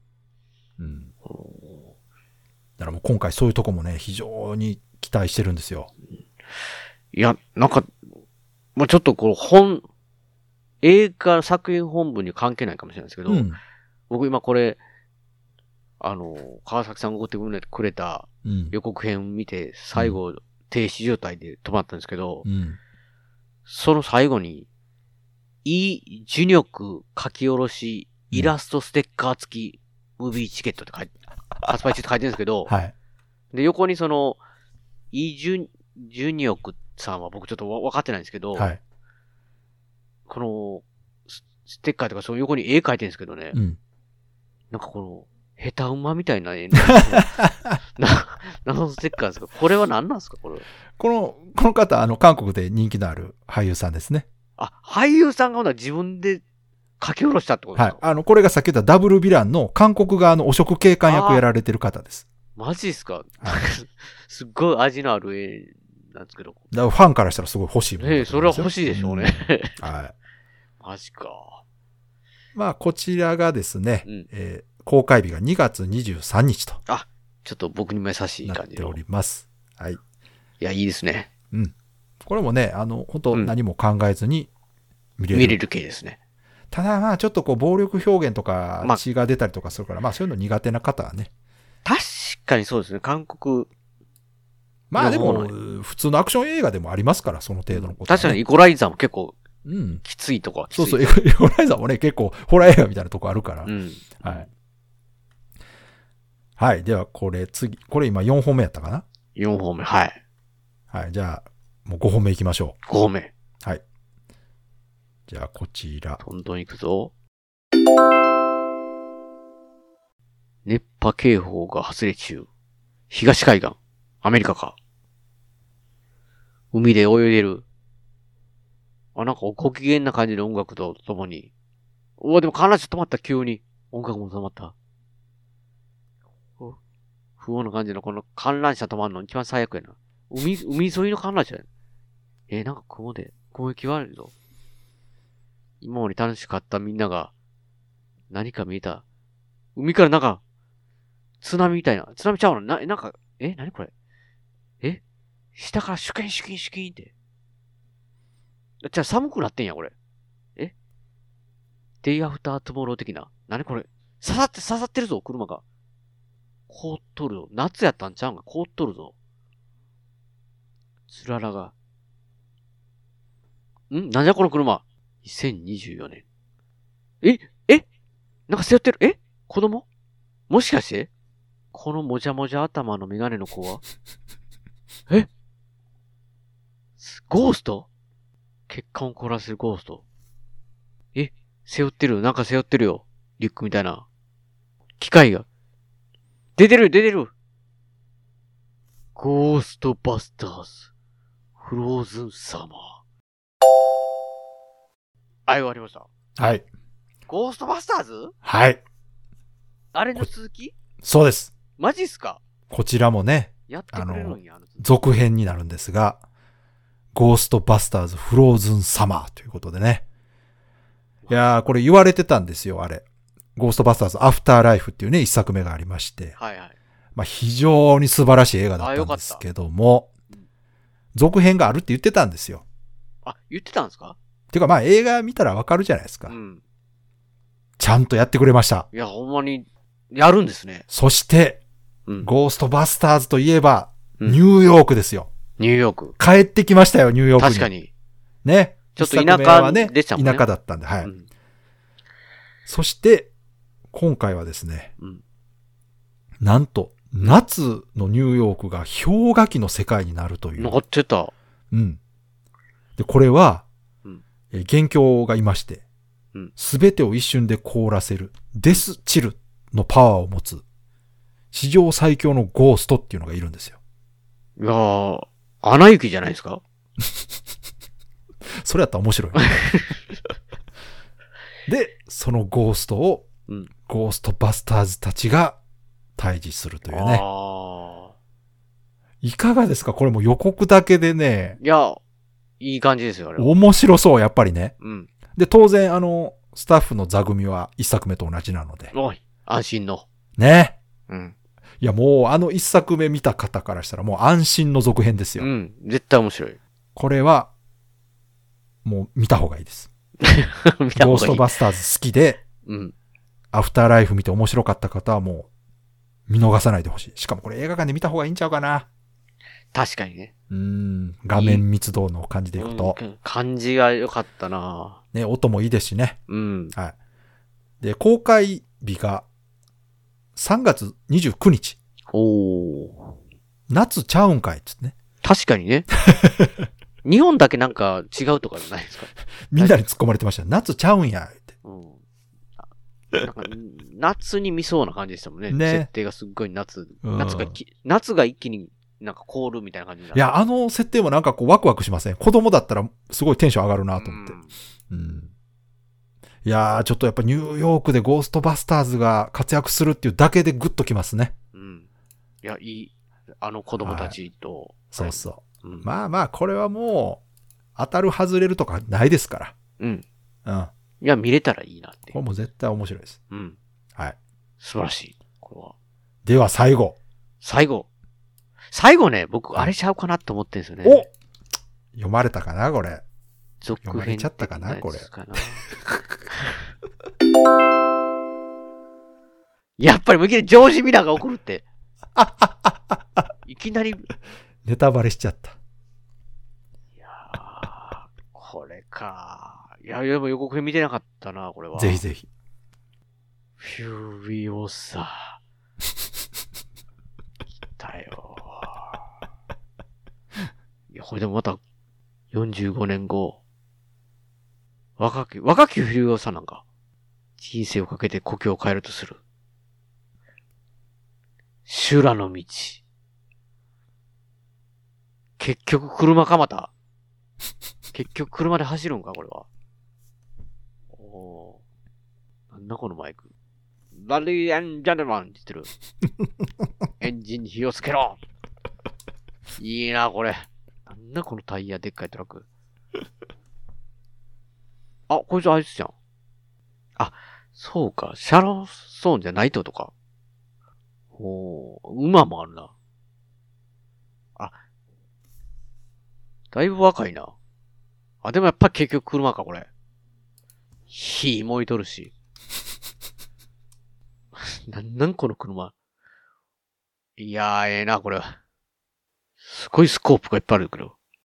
だからもう今回そういうとこもね、非常に期待してるんですよ。 いや、なんか、まあ、ちょっとこう映画作品本部に関係ないかもしれないですけど、僕今これ、川崎さんが送ってくれた予告編見て、最後、停止状態で止まったんですけど、その最後に、イ・ジュニョク書き下ろし、イラストステッカー付き、ムービーチケットって発売中って書いてるんですけど、で、横にその、イ・ジュニョクさんは僕ちょっと分かってないんですけど、この、ステッカーとかその横に絵描いてるんですけどね、なんかこの、ヘタウマみたいな絵のステッカーですか？これは何なんですか？この方、韓国で人気のある俳優さんですね。 俳優さんが自分で書き下ろしたってことですか？ これがさっき言ったダブルヴィランの韓国側の汚職警官役やられてる方です。 マジですか？すっごい味のある絵なんですけど。 だからファンからしたらすごい欲しいもの。 それは欲しいでしょうね。マジか。 まあ、こちらがですね、公開日が2月23日と。 ちょっと僕にも優しい感じなっております。はい。いや、いいですね。 これもね、本当何も考えずに見れる系ですね。 ただまあ、ちょっとこう、暴力表現とか血が出たりとかするから、まあ、そういうの苦手な方はね。 確かにそうですね。韓国まあでも、普通のアクション映画でもありますから、その程度のこと、 確かにイコライザーも結構、きついとこはきつい。 そうそう、イコライザーもね、結構、ホラー映画みたいなとこあるから。はい。はい。では、これ今4本目やったかな ?4 本目、はい。 はい。じゃあ、もう5本目いきましょう。 5本目。 はい。じゃあ、こちら。 どんどんいくぞ。熱波警報が発令中。東海岸。アメリカか。海で泳いでる。なんかご機嫌な感じの音楽とともに。でも観覧車止まった、急に。音楽も止まった。不穏な感じのこの観覧車止まるの一番最悪やな。海沿いの観覧車や。なんか雲行き悪いぞ。今まで楽しかったみんなが、何か見えた。海からなんか、津波みたいな。津波ちゃうのなんか、何これ下からシュキンシュキンシュキンって。じゃあ寒くなってんや、これ。デイアフタートゥモロー的な。何これ刺さってるぞ、車が。凍っとるぞ。夏やったんちゃうんか凍っとるぞ。つららが。なんじゃこの車。2024年。なんか背負ってる。子供もしかしてこのもじゃもじゃ頭のメガネの子はゴースト血管を凍らせるゴースト。背負ってる。なんか背負ってるよ。リュックみたいな。機械が。出てるゴーストバスターズ。フローズンサマー。はい、終わりました。 はい。 ゴーストバスターズ？ はい。 あれの続き？ そうです。 マジっすか？ こちらもね、 やってくれるんや。 続編になるんですが、ゴーストバスターズフローズンサマーということでね。いやー、これ言われてたんですよ、あれ。ゴーストバスターズアフターライフっていうね、一作目がありまして。 はいはい。 まあ非常に素晴らしい映画だったんですけども、続編があるって言ってたんですよ。 言ってたんですか？ ていうかまあ映画見たらわかるじゃないですか。ちゃんとやってくれました。 いや、ほんまに、やるんですね。 そして、ゴーストバスターズといえば、ニューヨークですよ。 ニューヨーク。 帰ってきましたよ、ニューヨークに。 確かに。 ね。 ちょっと田舎でしたもんね。 田舎だったんで、はい。そして、今回はですね、なんと、夏のニューヨークが氷河期の世界になるという。 なってた。 で、これは、元凶がいまして、すべてを一瞬で凍らせる、デスチルのパワーを持つ、史上最強のゴーストっていうのがいるんですよ。 いやー、アナ雪じゃないですか？ それやったら面白い、ね。で、そのゴーストを、ゴーストバスターズたちが退治するというね。いかがですか？これも予告だけでね。 いや、いい感じですよ、あれ。 面白そう、やっぱりね。で、当然、スタッフの座組は一作目と同じなので。 おい、安心の。 ね。いや、もう一作目見た方からしたらもう安心の続編ですよ。 絶対面白い。 これは、もう見た方がいいです。ゴーストバスターズ好きで、アフターライフ見て面白かった方はもう見逃さないでほしい。しかもこれ映画館で見た方がいいんちゃうかな。 確かにね。 画面密度の感じでいくと。 感じが良かったな。 ね、音もいいですしね。はい。で、公開日が3月29日。夏ちゃうんかいっつってね。 確かにね。日本だけなんか違うとかじゃないですか。 みんなに突っ込まれてました。夏ちゃうんやって。 なんか夏に見そうな感じでしたもんね。設定がすっごい夏が一気になんか凍るみたいな感じになる。 いや、設定もなんかこうワクワクしません？子供だったらすごいテンション上がるなと思って。いやー、ちょっとやっぱニューヨークでゴーストバスターズが活躍するっていうだけでグッときますね。 いや、いい。子供たちと。 そうそう。まあまあ、これはもう、当たる外れるとかないですから。 いや、見れたらいいなって。 これも絶対面白いです。はい。 素晴らしい。これは。 では最後ね、僕、あれちゃうかなって思ってんですよね。 読まれたかなこれ。 読まれちゃったかなこれ。 やっぱり、いきなりジョージ・ミラーが怒るって。いきなり。 ネタバレしちゃった。 いやー、これか。いや、でも予告編見てなかったな、これは。 ぜひぜひ。 フュリオサ。来たよ。いや、これでもまた、45年後。若きフュリオサなんか。人生をかけて故郷を変えるとする。修羅の道。結局車かまた。結局車で走るんかこれは。おー。なんだこのマイク。ラリー&ジャネマンって言ってる。エンジンに火をつけろ。いいな、これ。なんだこのタイヤでっかいトラック。あ、こいつあいつじゃん。あ、そうか。シャロンソーンじゃないってことか。おー、馬もあるな。あ、だいぶ若いな。あ、でもやっぱ結局車か、これ。火燃えとるし。なんこの車。いやー、ええな、これ。すごいスコープがいっぱいあるけど。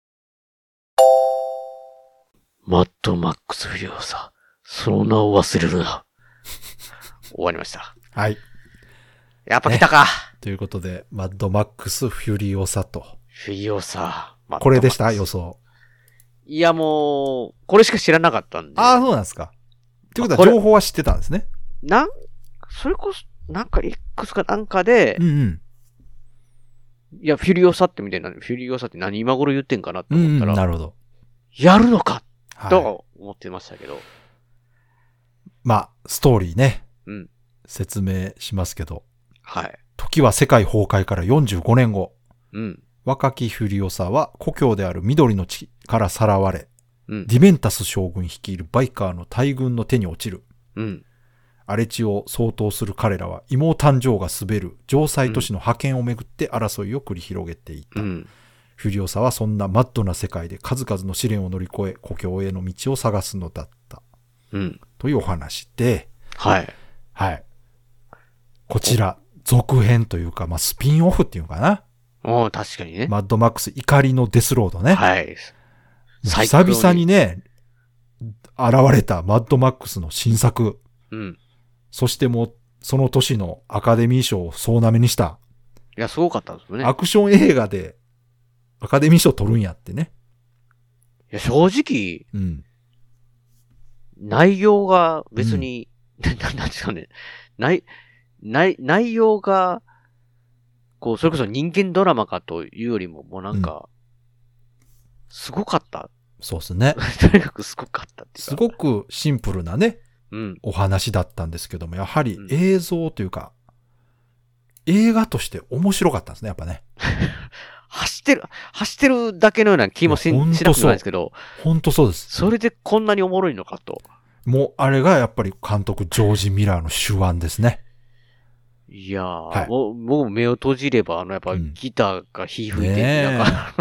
マッドマックス・フュリオサ。その名を忘れるな。終わりました。 はい。 やっぱ来たか、ね。 ということで、マッドマックス・フュリオサと。 フュリオサ。 これでした予想。 いや、もう、これしか知らなかったんで。 ああ、そうなんですか。ということは情報は知ってたんですね。 それこそ、なんか X かなんかで、 うんうん。 いや、フュリオサってみたいな、フュリオサって何今頃言ってんかなって思ったら、 なるほど。 やるのか、と思ってましたけど。 まあ、ストーリーね。 うん。 説明しますけど。 はい。 時は世界崩壊から45年後。 うん。 若きフュリオサは故郷である緑の地からさらわれ、 うん、 ディメンタス将軍率いるバイカーの大軍の手に落ちる。 うん。 荒れ地を相当する彼らは妹誕生が滑る城塞都市の覇権をめぐって争いを繰り広げていた。 うん、 フュリオサはそんなマッドな世界で数々の試練を乗り越え故郷への道を探すのだった。 うん。 というお話で、 はい。 はい。こちら、続編というか、まあ、スピンオフっていうのかな。 おー、確かにね。 マッドマックス怒りのデスロードね。 はい。 久々にね、現れたマッドマックスの新作。 うん。 そしてもう、その年のアカデミー賞を総なめにした。 いや、すごかったですよね。 アクション映画でアカデミー賞取るんやってね。 いや、正直、 うん。 内容が別に、なんですかね。内容が、こう、それこそ人間ドラマかというよりも、もうなんか、すごかった。 そうですね。 とにかくすごかったっていうか。 すごくシンプルなね、 うん、 お話だったんですけども、やはり映像というか、映画として面白かったんですね、やっぱね。 走ってるだけのような気もしなくもないですけど。 本当そうです。 それでこんなにおもろいのかと。 もう、あれがやっぱり監督、ジョージ・ミラーの手腕ですね。 いやー、はい、もう目を閉じれば、やっぱギターが火吹いて、なんか、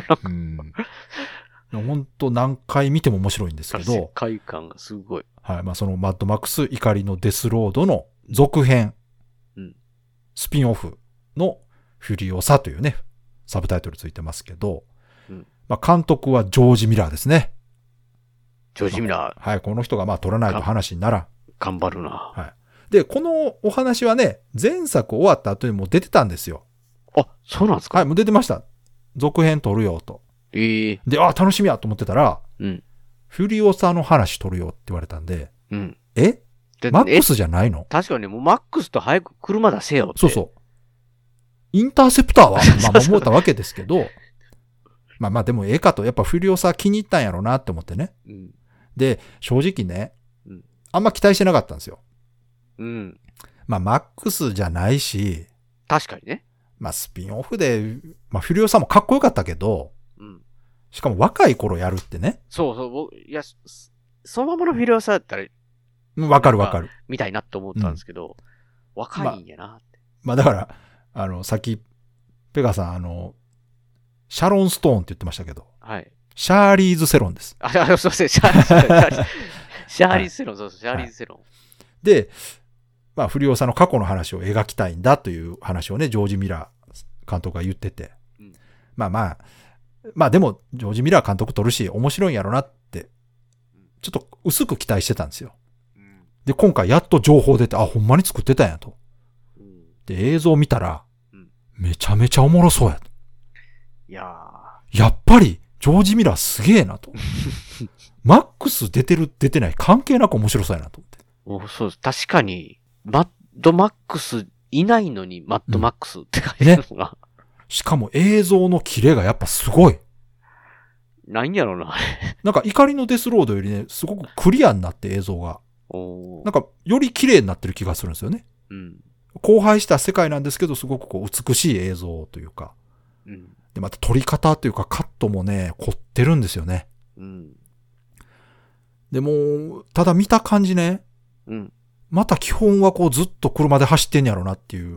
本当何回見ても面白いんですけど。 世界観がすごい。 はい。まあ、そのマッドマックス怒りのデスロードの続編、スピンオフのフュリオサというね、サブタイトルついてますけど、まあ、監督はジョージ・ミラーですね。 ジョージ・ミラー。はい。この人がまあ撮らないと話にならん。 頑張るな。 はい。で、このお話はね、前作終わった後にもう出てたんですよ。 あ、そうなんですか？ はい、もう出てました。続編撮るよと。で、楽しみやと思ってたら、フュリオサの話撮るよって言われたんで、マックスじゃないの？ 確かにもうマックスと早く車出せよって。 そうそう。インターセプターはまあ思ったわけですけど、まあでもええかと、やっぱフュリオサ気に入ったんやろうなって思ってね。で、正直ね、あんま期待してなかったんですよ。まあマックスじゃないし、 確かにね。 まあスピンオフで、まあフュリオサもかっこよかったけど、しかも若い頃やるってね。 そうそう、いや、そのままのフィリオサだったら、 わかるわかる。 みたいなって思ったんですけど、若いんやなって。 まあだから、さっき、ペガさん、シャロンストーンって言ってましたけど、 はい。 シャーリーズ・セロンです。 すいません、シャーリーズ・セロン、そうそう、シャーリーズ・セロン。 で、まあ、フリオサの過去の話を描きたいんだという話をね、ジョージ・ミラー監督が言ってて。 まあでも、ジョージ・ミラー監督撮るし、面白いんやろなって、ちょっと薄く期待してたんですよ。で、今回やっと情報出て、ほんまに作ってたんやと。で、映像見たら、めちゃめちゃおもろそうやと。やっぱり、ジョージ・ミラーすげえなと。マックス出てる出てない関係なく面白そうやなと思って。 そうです。確かに、マッドマックスいないのにマッドマックスって書いてるのが、ね。 しかも映像のキレがやっぱすごい。 何やろな。 なんか怒りのデスロードよりね、すごくクリアになって映像が。なんかより綺麗になってる気がするんですよね。荒廃した世界なんですけど、すごくこう美しい映像というか。で、また撮り方というかカットもね、凝ってるんですよね。でも、ただ見た感じね、また基本はこうずっと車で走ってんやろうなっていう。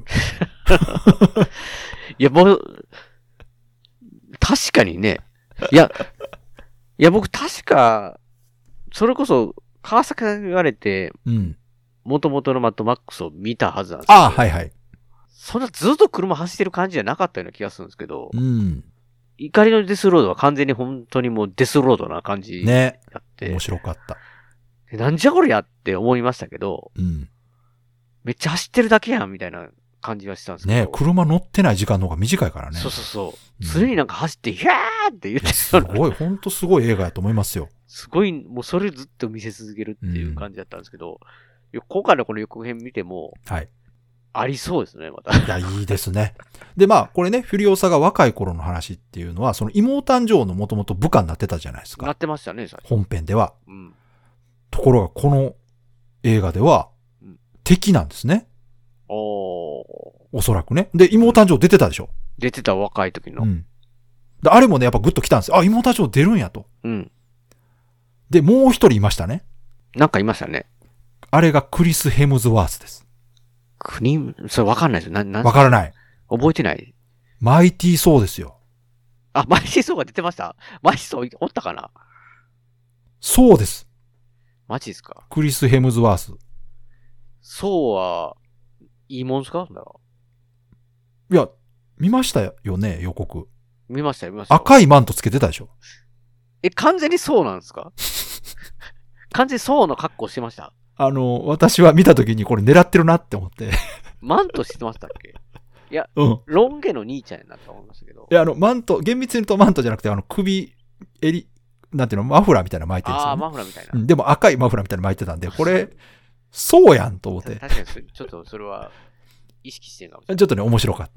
いや、もう、確かにね。いや、僕確か、それこそ、川崎が言われて、元々のマッドマックスを見たはずなんですけど。 はいはい。 そんなずっと車走ってる感じじゃなかったような気がするんですけど、怒りのデスロードは完全に本当にもうデスロードな感じやって。 ね、面白かった。 なんじゃこりゃって思いましたけど、めっちゃ走ってるだけやんみたいな感じはしたんですけど。 ね、車乗ってない時間の方が短いからね。 そう。常になんか走って、ヒャーって言ってすごい、ほんとすごい映画やと思いますよ。 すごい、もうそれずっと見せ続けるっていう感じだったんですけど、今回のこの予告編見ても、ありそうですね、また。 いや、いいですね。で、まあ、これね、フュリオサが若い頃の話っていうのは、その妹誕生のもともと部下になってたじゃないですか。 なってましたね、 本編では。ところが、この映画では、敵なんですね。おそらくね。で、妹誕生出てたでしょ。 出てた、若い時の。 で、あれもね、やっぱグッと来たんですよ。妹誕生出るんやと。で、もう一人いましたね。 なんかいましたね。 あれがクリス・ヘムズワースです。 それわかんないですよ。 わからない。 覚えてない。 マイティー・ソーですよ。 マイティー・ソーが出てました？マイティー・ソーおったかな？ そうです。 マジですか？ クリス・ヘムズワース。 ソーは、いいもんすか？ いや、見ましたよね、予告。 見ましたよ。 赤いマントつけてたでしょ。 完全にソーなんですか？完全にソーの格好してました？ 私は見たときにこれ狙ってるなって思って。 マントしてましたっけ？いや、ロン毛の兄ちゃんやなと思いましたけど。 いや、マント、厳密に言うとマントじゃなくて、首、襟、なんていうの、マフラーみたいなの巻いてるんですよ、ね。 マフラーみたいな。 でも赤いマフラーみたいなの巻いてたんで、これ、そうやんと思って。 確かに、ちょっとそれは、意識してるかもしれない。 ちょっとね、面白かった。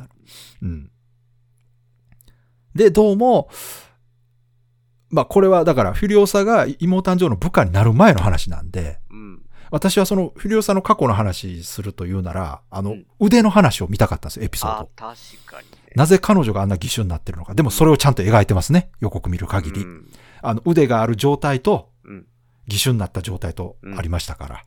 で、どうも、まあ、これはだから、フュリオサが妹誕生の部下になる前の話なんで、私はそのフュリオサの過去の話するというなら、腕の話を見たかったんですよ、エピソード。 確かに、ね。 なぜ彼女があんな義手になってるのか。でもそれをちゃんと描いてますね、予告見る限り。腕がある状態と、義手になった状態とありましたから。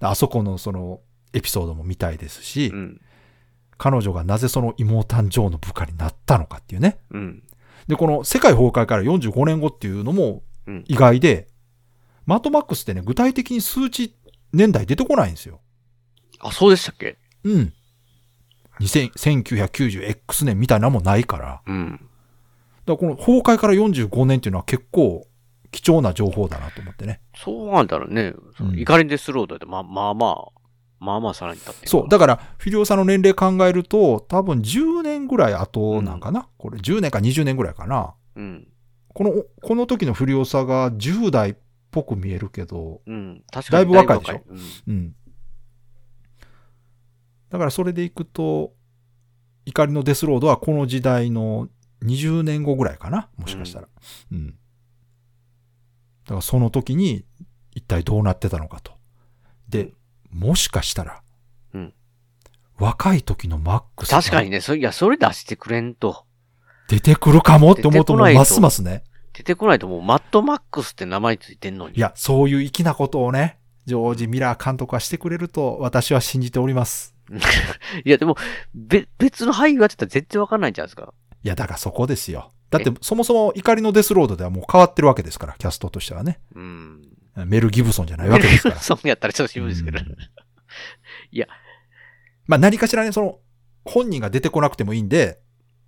あそこのそのエピソードも見たいですし、彼女がなぜその妹誕生の部下になったのかっていうね。で、この世界崩壊から45年後っていうのも意外で、マッドマックスってね、具体的に数値年代出てこないんですよ。 そうでしたっけ ？1990X 年みたいなのもないから。だからこの崩壊から45年っていうのは結構貴重な情報だなと思ってね。 そうなんだろうね。怒りデスロードでまあまあさらに経って。 そう。だから、フィリオさんの年齢考えると、多分10年ぐらい後なんかな。これ10年か20年ぐらいかな。この時のフィリオさが10代っぽく見えるけど、 確かにだいぶ若いでしょ。だからそれでいくと、怒りのデスロードはこの時代の20年後ぐらいかな。もしかしたら。だからその時に一体どうなってたのかと。で、もしかしたら、若い時のマックス。 確かにね、それ出してくれんと。 出てくるかもって思うともうますますね。 出てこないともうマッドマックスって名前ついてんのに。 いや、そういう粋なことをね、ジョージ・ミラー監督はしてくれると私は信じております。 いや、でも、別の俳優やってたら全然わかんないんじゃないですか。 いや、だからそこですよ。だって、そもそも怒りのデスロードではもう変わってるわけですから、キャストとしてはね。メル・ギブソンじゃないわけですから。 そうやったらちょっと渋いですけど。いや。 まあ何かしらね、その、本人が出てこなくてもいいんで、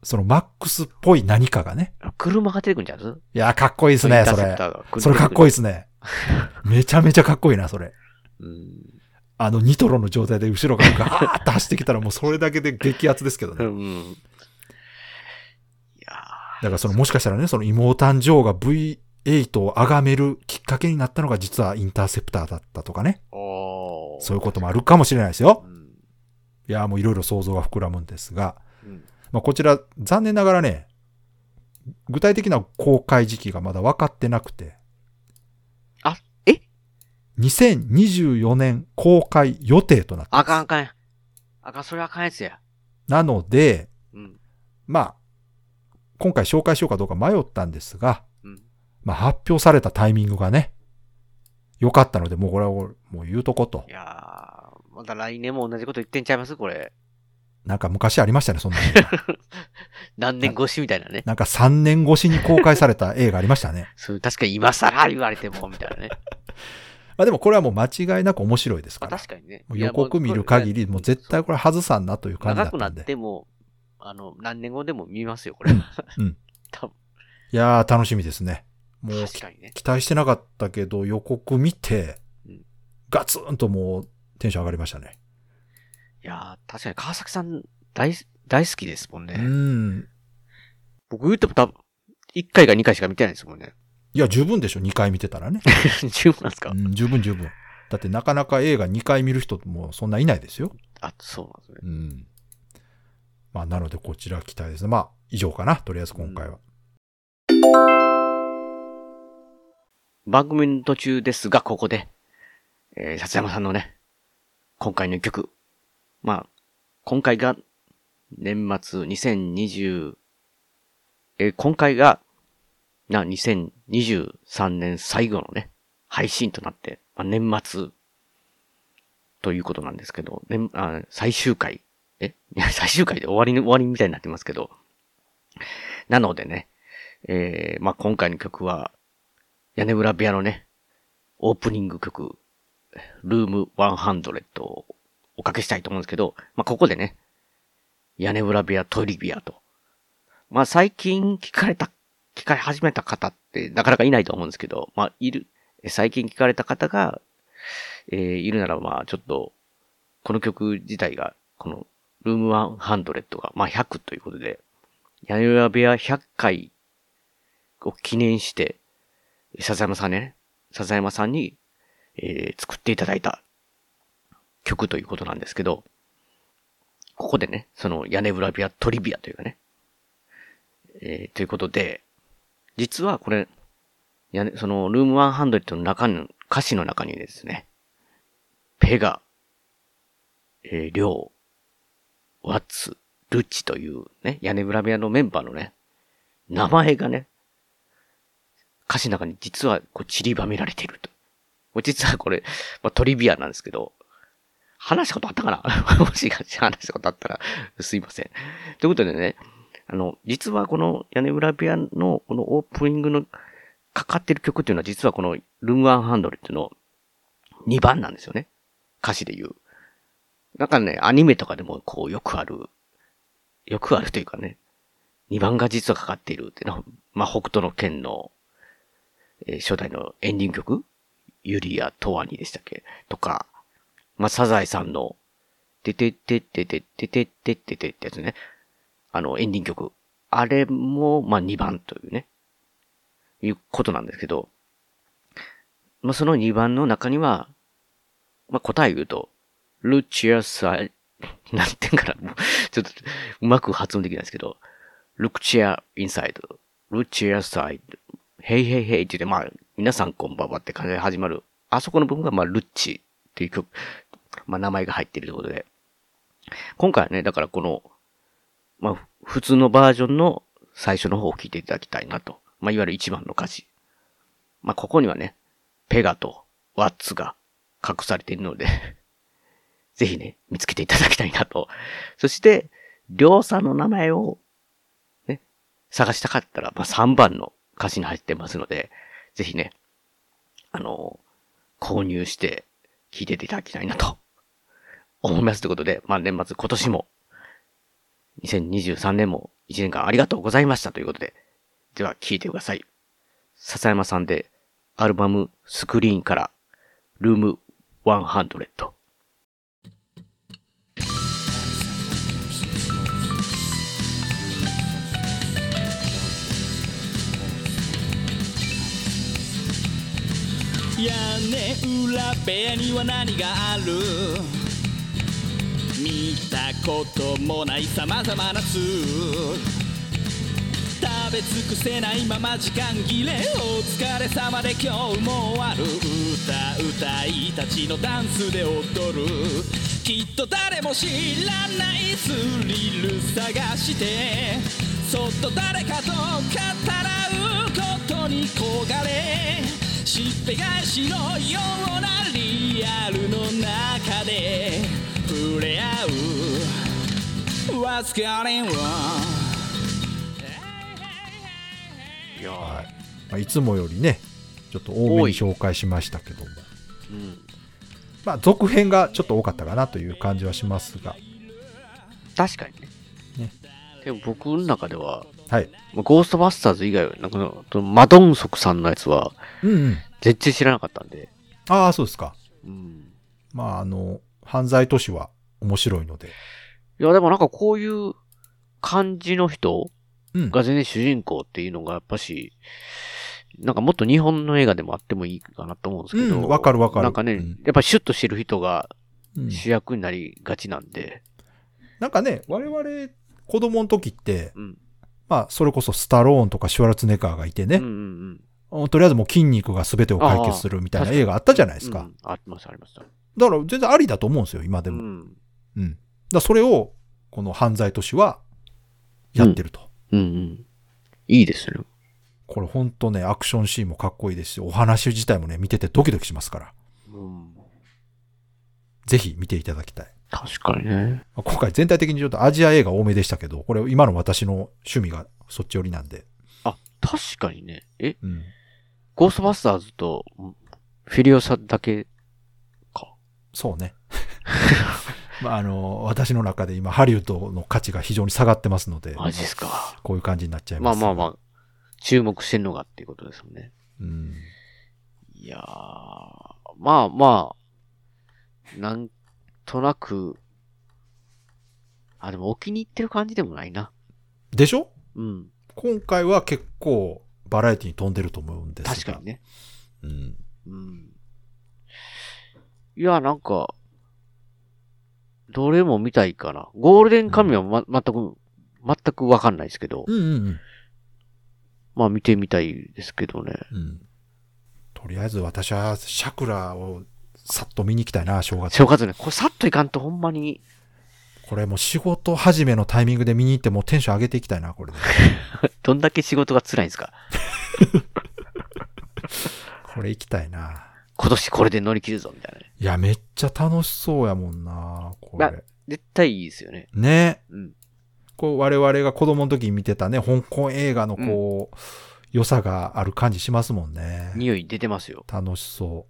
そのマックスっぽい何かがね。 車が出てくるんじゃん。 いや、かっこいいですね、それ。それかっこいいですね。めちゃめちゃかっこいいな、それ。ニトロの状態で後ろからガーッと走ってきたらもうそれだけで激アツですけどね。いやだからもしかしたらね、その妹誕生が V8 を崇めるきっかけになったのが実はインターセプターだったとかね。そういうこともあるかもしれないですよ。いやもういろいろ想像が膨らむんですが、まあ、こちら残念ながらね、具体的な公開時期がまだ分かってなくて。2024年公開予定となってます。 あかん、それあかんやつや。 なので、まあ、今回紹介しようかどうか迷ったんですが、まあ発表されたタイミングがね、良かったので、もうこれはもう言うとこと。 いやー、また来年も同じこと言ってんちゃいますこれ。 なんか昔ありましたね、そんなの。 何年越しみたいなね。 なんか3年越しに公開された映画ありましたね。 そう、確かに今更言われても、みたいなね。 まあでもこれはもう間違いなく面白いですから。 確かにね。 予告見る限り、もう絶対これ外さんなという感じだったんで。 長くなっても、何年後でも見ますよ、これ。多分。 いやー、楽しみですね。もう、 確かにね、 期待してなかったけど、予告見て、ガツンともうテンション上がりましたね。 いやー、確かに川崎さん大好きですもんね。僕言っても多分、1回か2回しか見てないですもんね。 いや、十分でしょ、2回見てたらね。 十分なんですか？ 十分。だってなかなか映画2回見る人もそんないないですよ。 そうなんですね。 まあ、なのでこちら期待ですね。まあ、以上かな、とりあえず今回は。 番組の途中ですが、ここで、笹山さんのね、今回の曲。まあ、今回が年末2020、今回が2023年最後のね、配信となって、まあ、年末ということなんですけど、最終回、最終回で終わりみたいになってますけど、なのでね、まあ、今回の曲は、屋根裏部屋のね、オープニング曲、ルーム100をおかけしたいと思うんですけど、まあ、ここでね、屋根裏部屋トリビアと。まあ、最近聞かれ始めた方ってなかなかいないと思うんですけど、まあ、最近聞かれた方が、いるならまあ、ちょっと、この曲自体が、この、ルーム100が、まあ、100ということで、屋根裏部屋100回を記念して、笹山さんに、作っていただいた曲ということなんですけど、ここでね、その屋根裏部屋トリビアというかね、ということで、実はこれ、そのルーム100の歌詞の中にですね、ペガ、リョウ、ワッツ、ルッチというね、屋根裏部屋のメンバーのね、名前がね、歌詞の中に実はこう散りばめられていると。実はこれ、まあ、トリビアなんですけど、話したことあったかなもしかして話したことあったらすいません。ということでね、実はこの屋根裏部屋のこのオープニングのかかってる曲っていうのは実はこのルーム100の2番なんですよね。歌詞で言う。なんかね、アニメとかでもこうよくあるというかね、2番が実はかかっているっていうのは、まあ、北斗の拳の、初代のエンディング曲ユリア・トワニでしたっけとか、まあ、サザエさんの、ててててててててててってやつね。エンディング曲。あれも、まあ、2番というね、いうことなんですけど、まあ、その2番の中には、まあ、答え言うと、ルチアサイ、なんていうかな、もうちょっとうまく発音できないですけど、ルクチアインサイド、ルチアサイド、ヘイヘイヘイって言って、まあ、皆さんこんばんはって感じで始まる。あそこの部分が、まあ、ルッチっていう曲、まあ、名前が入っているということで。今回はね、だからこの、まあ、普通のバージョンの最初の方を聞いていただきたいなと。まあ、いわゆる一番の歌詞。まあ、ここにはね、ペガとワッツが隠されているので、ぜひね、見つけていただきたいなと。そして、りょうさんの名前を、ね、探したかったら、まあ、3番の歌詞に入ってますので、ぜひね、購入して聴いていただきたいなと思いますということで、まあ年末今年も 2023年も1年間ありがとうございましたということで、では聴いてください。笹山さんでアルバムスクリーンからルーム100。 屋根裏部屋には何がある？見たこともない様々なツール、食べ尽くせないまま時間切れ、お疲れ様で今日も終わる。歌いたちのダンスで踊る、きっと誰も知らないスリル探して、そっと誰かと語らうことに焦がれ、しっぺ返しのようなリアルの中で触れ合う What's going on。 いやー、いつもよりねちょっと多めに紹介しましたけども、まあ続編がちょっと多かったかなという感じはしますが、 確かにね。でも僕の中では、 はい、 ゴーストバスターズ以外はなんかマドンソクさんのやつは絶対知らなかったんで。 ああ、そうですか。まあ犯罪都市は面白いので。 いやでもなんかこういう感じの人が全然主人公っていうのがやっぱし、なんかもっと日本の映画でもあってもいいかなと思うんですけど。 わかるわかる。 なんかね、やっぱシュッとしてる人が主役になりがちなんで。 なんかね、我々子供の時って、まあそれこそスタローンとかシュワルツェネッガーがいてね、とりあえずもう筋肉が全てを解決するみたいな映画あったじゃないですか。 ありましたありました。 だから全然ありだと思うんですよ、今でも。だそれをこの犯罪都市はやってると。 いいですね。 これほんとね、アクションシーンもかっこいいですし、お話自体もね、見ててドキドキしますから。ぜひ見ていただきたい。 確かにね。 今回全体的にちょっとアジア映画多めでしたけど、これ今の私の趣味がそっち寄りなんで。 あ、確かにね。ゴーストバスターズとフィリオサだけか。 そうね。まあ私の中で今ハリウッドの価値が非常に下がってますので。 マジですか。 こういう感じになっちゃいます。 まあ、注目してんのがっていうことですもんね。いやー、まあ、なんとなく、でもお気に入ってる感じでもないな。 でしょ？今回は結構バラエティに飛んでると思うんですが。 確かにね。いや、なんか、どれも見たいかな。ゴールデンカムイは全くわかんないですけど。まあ見てみたいですけどね。 とりあえず私はシャクラをさっと見に行きたいな、正月。 正月ね。これさっといかんとほんまに。 これもう仕事始めのタイミングで見に行ってもうテンション上げていきたいな、これで。 どんだけ仕事が辛いんですか？ これ行きたいな。 今年これで乗り切るぞ、みたいなね。 いや、めっちゃ楽しそうやもんな、これ。 絶対いいですよね。 ね。こう我々が子供の時に見てたね、香港映画のこう、良さがある感じしますもんね。 匂い出てますよ。 楽しそう。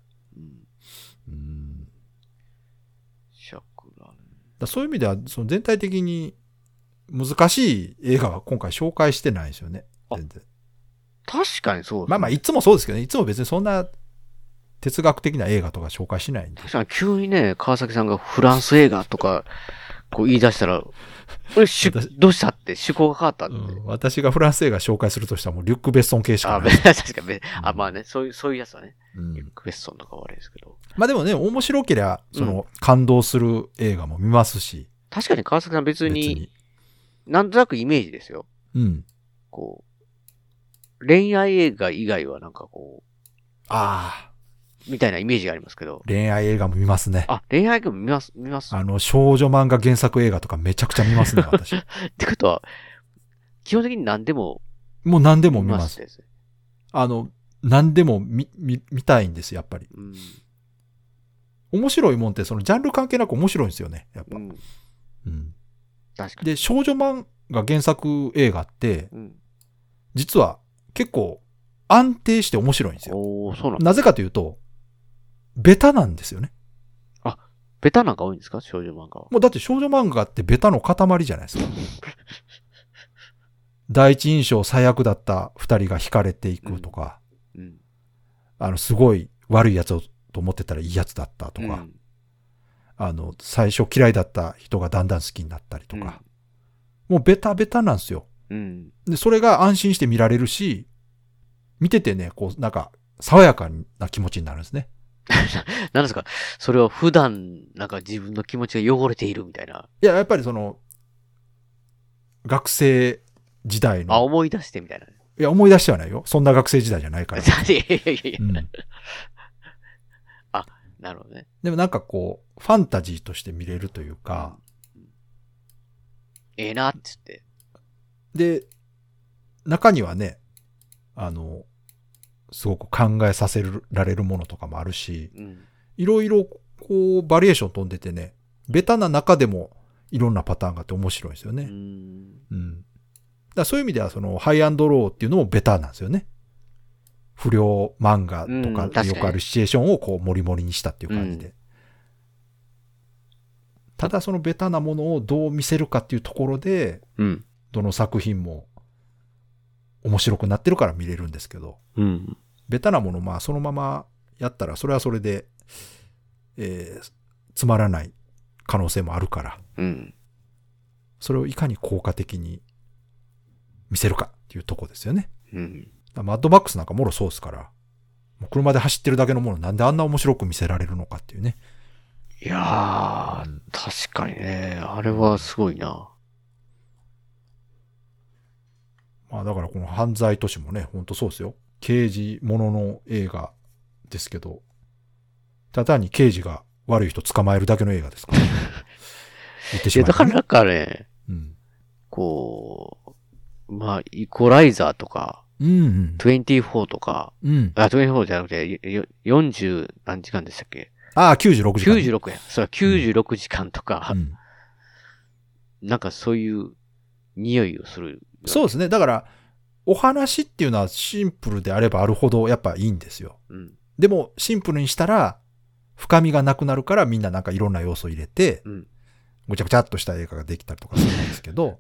シャクラね。 そういう意味では、その全体的に難しい映画は今回紹介してないですよね。全然。 確かにそうですね。 まあいつもそうですけどね。いつも別にそんな哲学的な映画とか紹介しないんで。 確かに急にね、川崎さんがフランス映画とか、こう言い出したら、どうしたって趣向が変わったんで、 私がフランス映画紹介するとしたらもうリュック・ベッソン系しかない。 確かに、まあね、そういうやつはね、リュック・ベッソンとか悪いですけど。 まあでもね、面白ければ、感動する映画も見ますし。 確かに川崎さん別に、なんとなくイメージですよ。こう、恋愛映画以外はなんかこう、みたいなイメージがありますけど。 恋愛映画も見ますね。 恋愛映画も見ます。 少女漫画原作映画とかめちゃくちゃ見ますね、私。 ってことは、基本的に何でも。 もう何でも見ます。何でも見たいんです、やっぱり。面白いもんって、そのジャンル関係なく面白いんですよね、やっぱ。 確かに。 で、少女漫画原作映画って、実は結構安定して面白いんですよ。 そうなんだ。 なぜかというと、ベタなんですよね。 ベタなんか多いんですか少女漫画は。 もうだって少女漫画ってベタの塊じゃないですか。第一印象最悪だった二人が惹かれていくとか、すごい悪いやつをと思ってたらいいやつだったとか、最初嫌いだった人がだんだん好きになったりとか、もうベタベタなんですよ。で、それが安心して見られるし、見ててね、こう、なんか、爽やかな気持ちになるんですね。 何ですかそれは普段、なんか自分の気持ちが汚れているみたいな。 いや、やっぱり学生時代の。 思い出してみたいな。 いや、思い出してはないよ。そんな学生時代じゃないから。いやいやいや、 なるほどね。 でもなんかこう、ファンタジーとして見れるというか。 ええなって言って。 で、中にはね、すごく考えさせられるものとかもあるし、いろいろこう、バリエーション飛んでてね、ベタな中でもいろんなパターンがあって面白いですよね。だそういう意味では、ハイアンドローっていうのもベタなんですよね。不良漫画とかよくあるシチュエーションをこう、モリモリにしたっていう感じで。ただそのベタなものをどう見せるかっていうところで、どの作品も面白くなってるから見れるんですけど、ベタなものまあそのままやったらそれはそれで、つまらない可能性もあるから、それをいかに効果的に見せるかっていうとこですよね。マッドマックスなんかもろそうですから、もう車で走ってるだけのものなんであんな面白く見せられるのかっていうね。 いやー、確かにね、あれはすごいな。 まあだからこの犯罪都市もね、ほんとそうですよ。刑事ものの映画ですけど、ただ単に刑事が悪い人捕まえるだけの映画ですから、ね。 言ってしまう、ね。いや、だからなんかね、こう、まあ、イコライザーとか、24とか、24じゃなくて、40何時間でしたっけ 96時間。 96や。それは96時間とか、なんかそういう匂いをする。 そうですね。だから、お話っていうのはシンプルであればあるほどやっぱいいんですよ。でも、シンプルにしたら、深みがなくなるからみんななんかいろんな要素を入れて、ぐちゃぐちゃっとした映画ができたりとかするんですけど、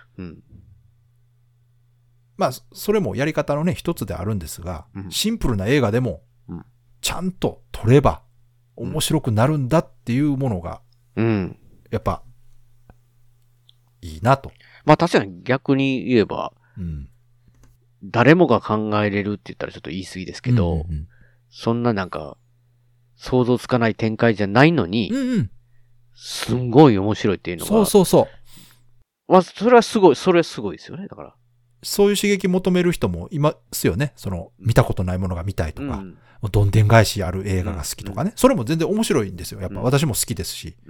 まあ、それもやり方のね、一つであるんですが、シンプルな映画でも、ちゃんと撮れば、面白くなるんだっていうものが、やっぱ、いいなと。 まあ確かに逆に言えば、誰もが考えれるって言ったらちょっと言い過ぎですけど、そんななんか、想像つかない展開じゃないのに、すんごい面白いっていうのが。 そう。 まあ、それはすごいですよね、だから。 そういう刺激求める人もいますよね。見たことないものが見たいとか、どんでん返しある映画が好きとかね。それも全然面白いんですよ。やっぱ私も好きですし。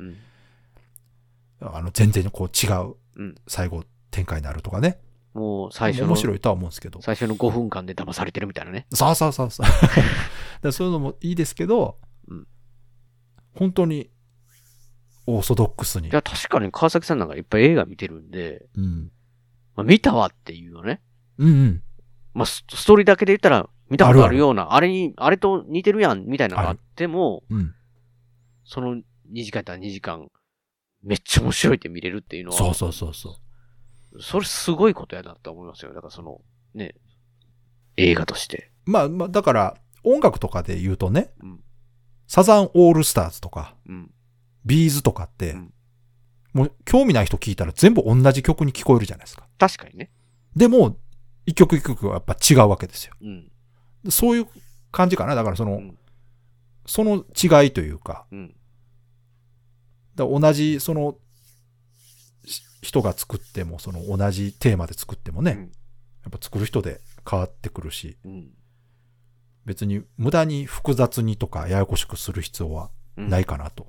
全然こう違う、最後展開になるとかね。 もう最初の。 面白いとは思うんですけど。 最初の5分間で騙されてるみたいなね。 そう。そういうのもいいですけど、本当にオーソドックスに。 いや、確かに川崎さんなんかいっぱい映画見てるんで、まあ、見たわっていうのね。まあ、ストーリーだけで言ったら、見たことあるような、あれと似てるやん、みたいなのがあっても、その2時間やったら2時間、めっちゃ面白いって見れるっていうのは。 そう。 それすごいことやなと思いますよ。だからね、映画として。 まあ、だから、音楽とかで言うとね、サザンオールスターズとか、ビーズとかって、もう興味ない人聞いたら全部同じ曲に聞こえるじゃないですか。 確かにね。 でも、一曲一曲はやっぱ違うわけですよ。そういう感じかな。だからその違いというか、だから同じ人が作っても、同じテーマで作ってもね、やっぱ作る人で変わってくるし、別に無駄に複雑にとかややこしくする必要はないかなと。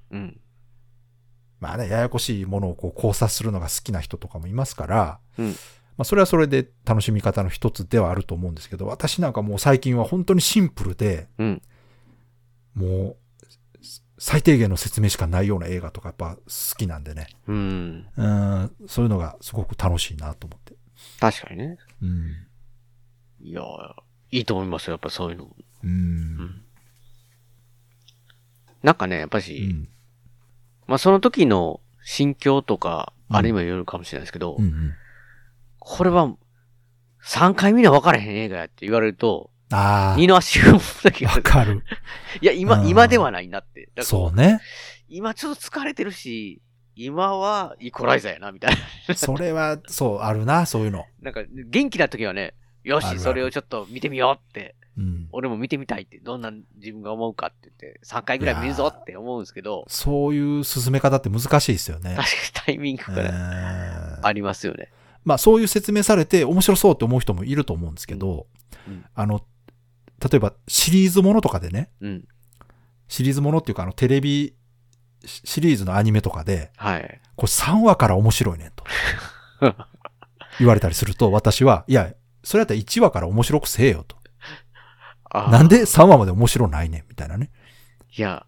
まあね、ややこしいものをこう考察するのが好きな人とかもいますから、まあそれはそれで楽しみ方の一つではあると思うんですけど、私なんかもう最近は本当にシンプルで、もう最低限の説明しかないような映画とかやっぱ好きなんでね。そういうのがすごく楽しいなと思って。 確かにね。いや、いいと思いますよ、やっぱそういうの。なんかね、やっぱし、 まあその時の心境とか、あれにもよるかもしれないですけど、これは3回見な分からへん映画やって言われると、二の足踏むだけわかる。 いや、今ではないなって。 そうね。 今ちょっと疲れてるし、今はイコライザーやな、みたいな。 それは、そう、あるな、そういうの。 なんか、元気な時はね、よし、それをちょっと見てみようって、俺も見てみたいって、どんな自分が思うかって言って、3回ぐらい見るぞって思うんですけど。 そういう進め方って難しいですよね。 確かにタイミングが、ねありますよね。 まあ、そういう説明されて面白そうって思う人もいると思うんですけど、例えばシリーズものとかでね、シリーズものっていうかテレビシリーズのアニメとかで、これ3話から面白いねんと言われたりすると、私は、いや、それやったら1話から面白くせえよと。なんで3話まで面白ないねんみたいなね。 いや、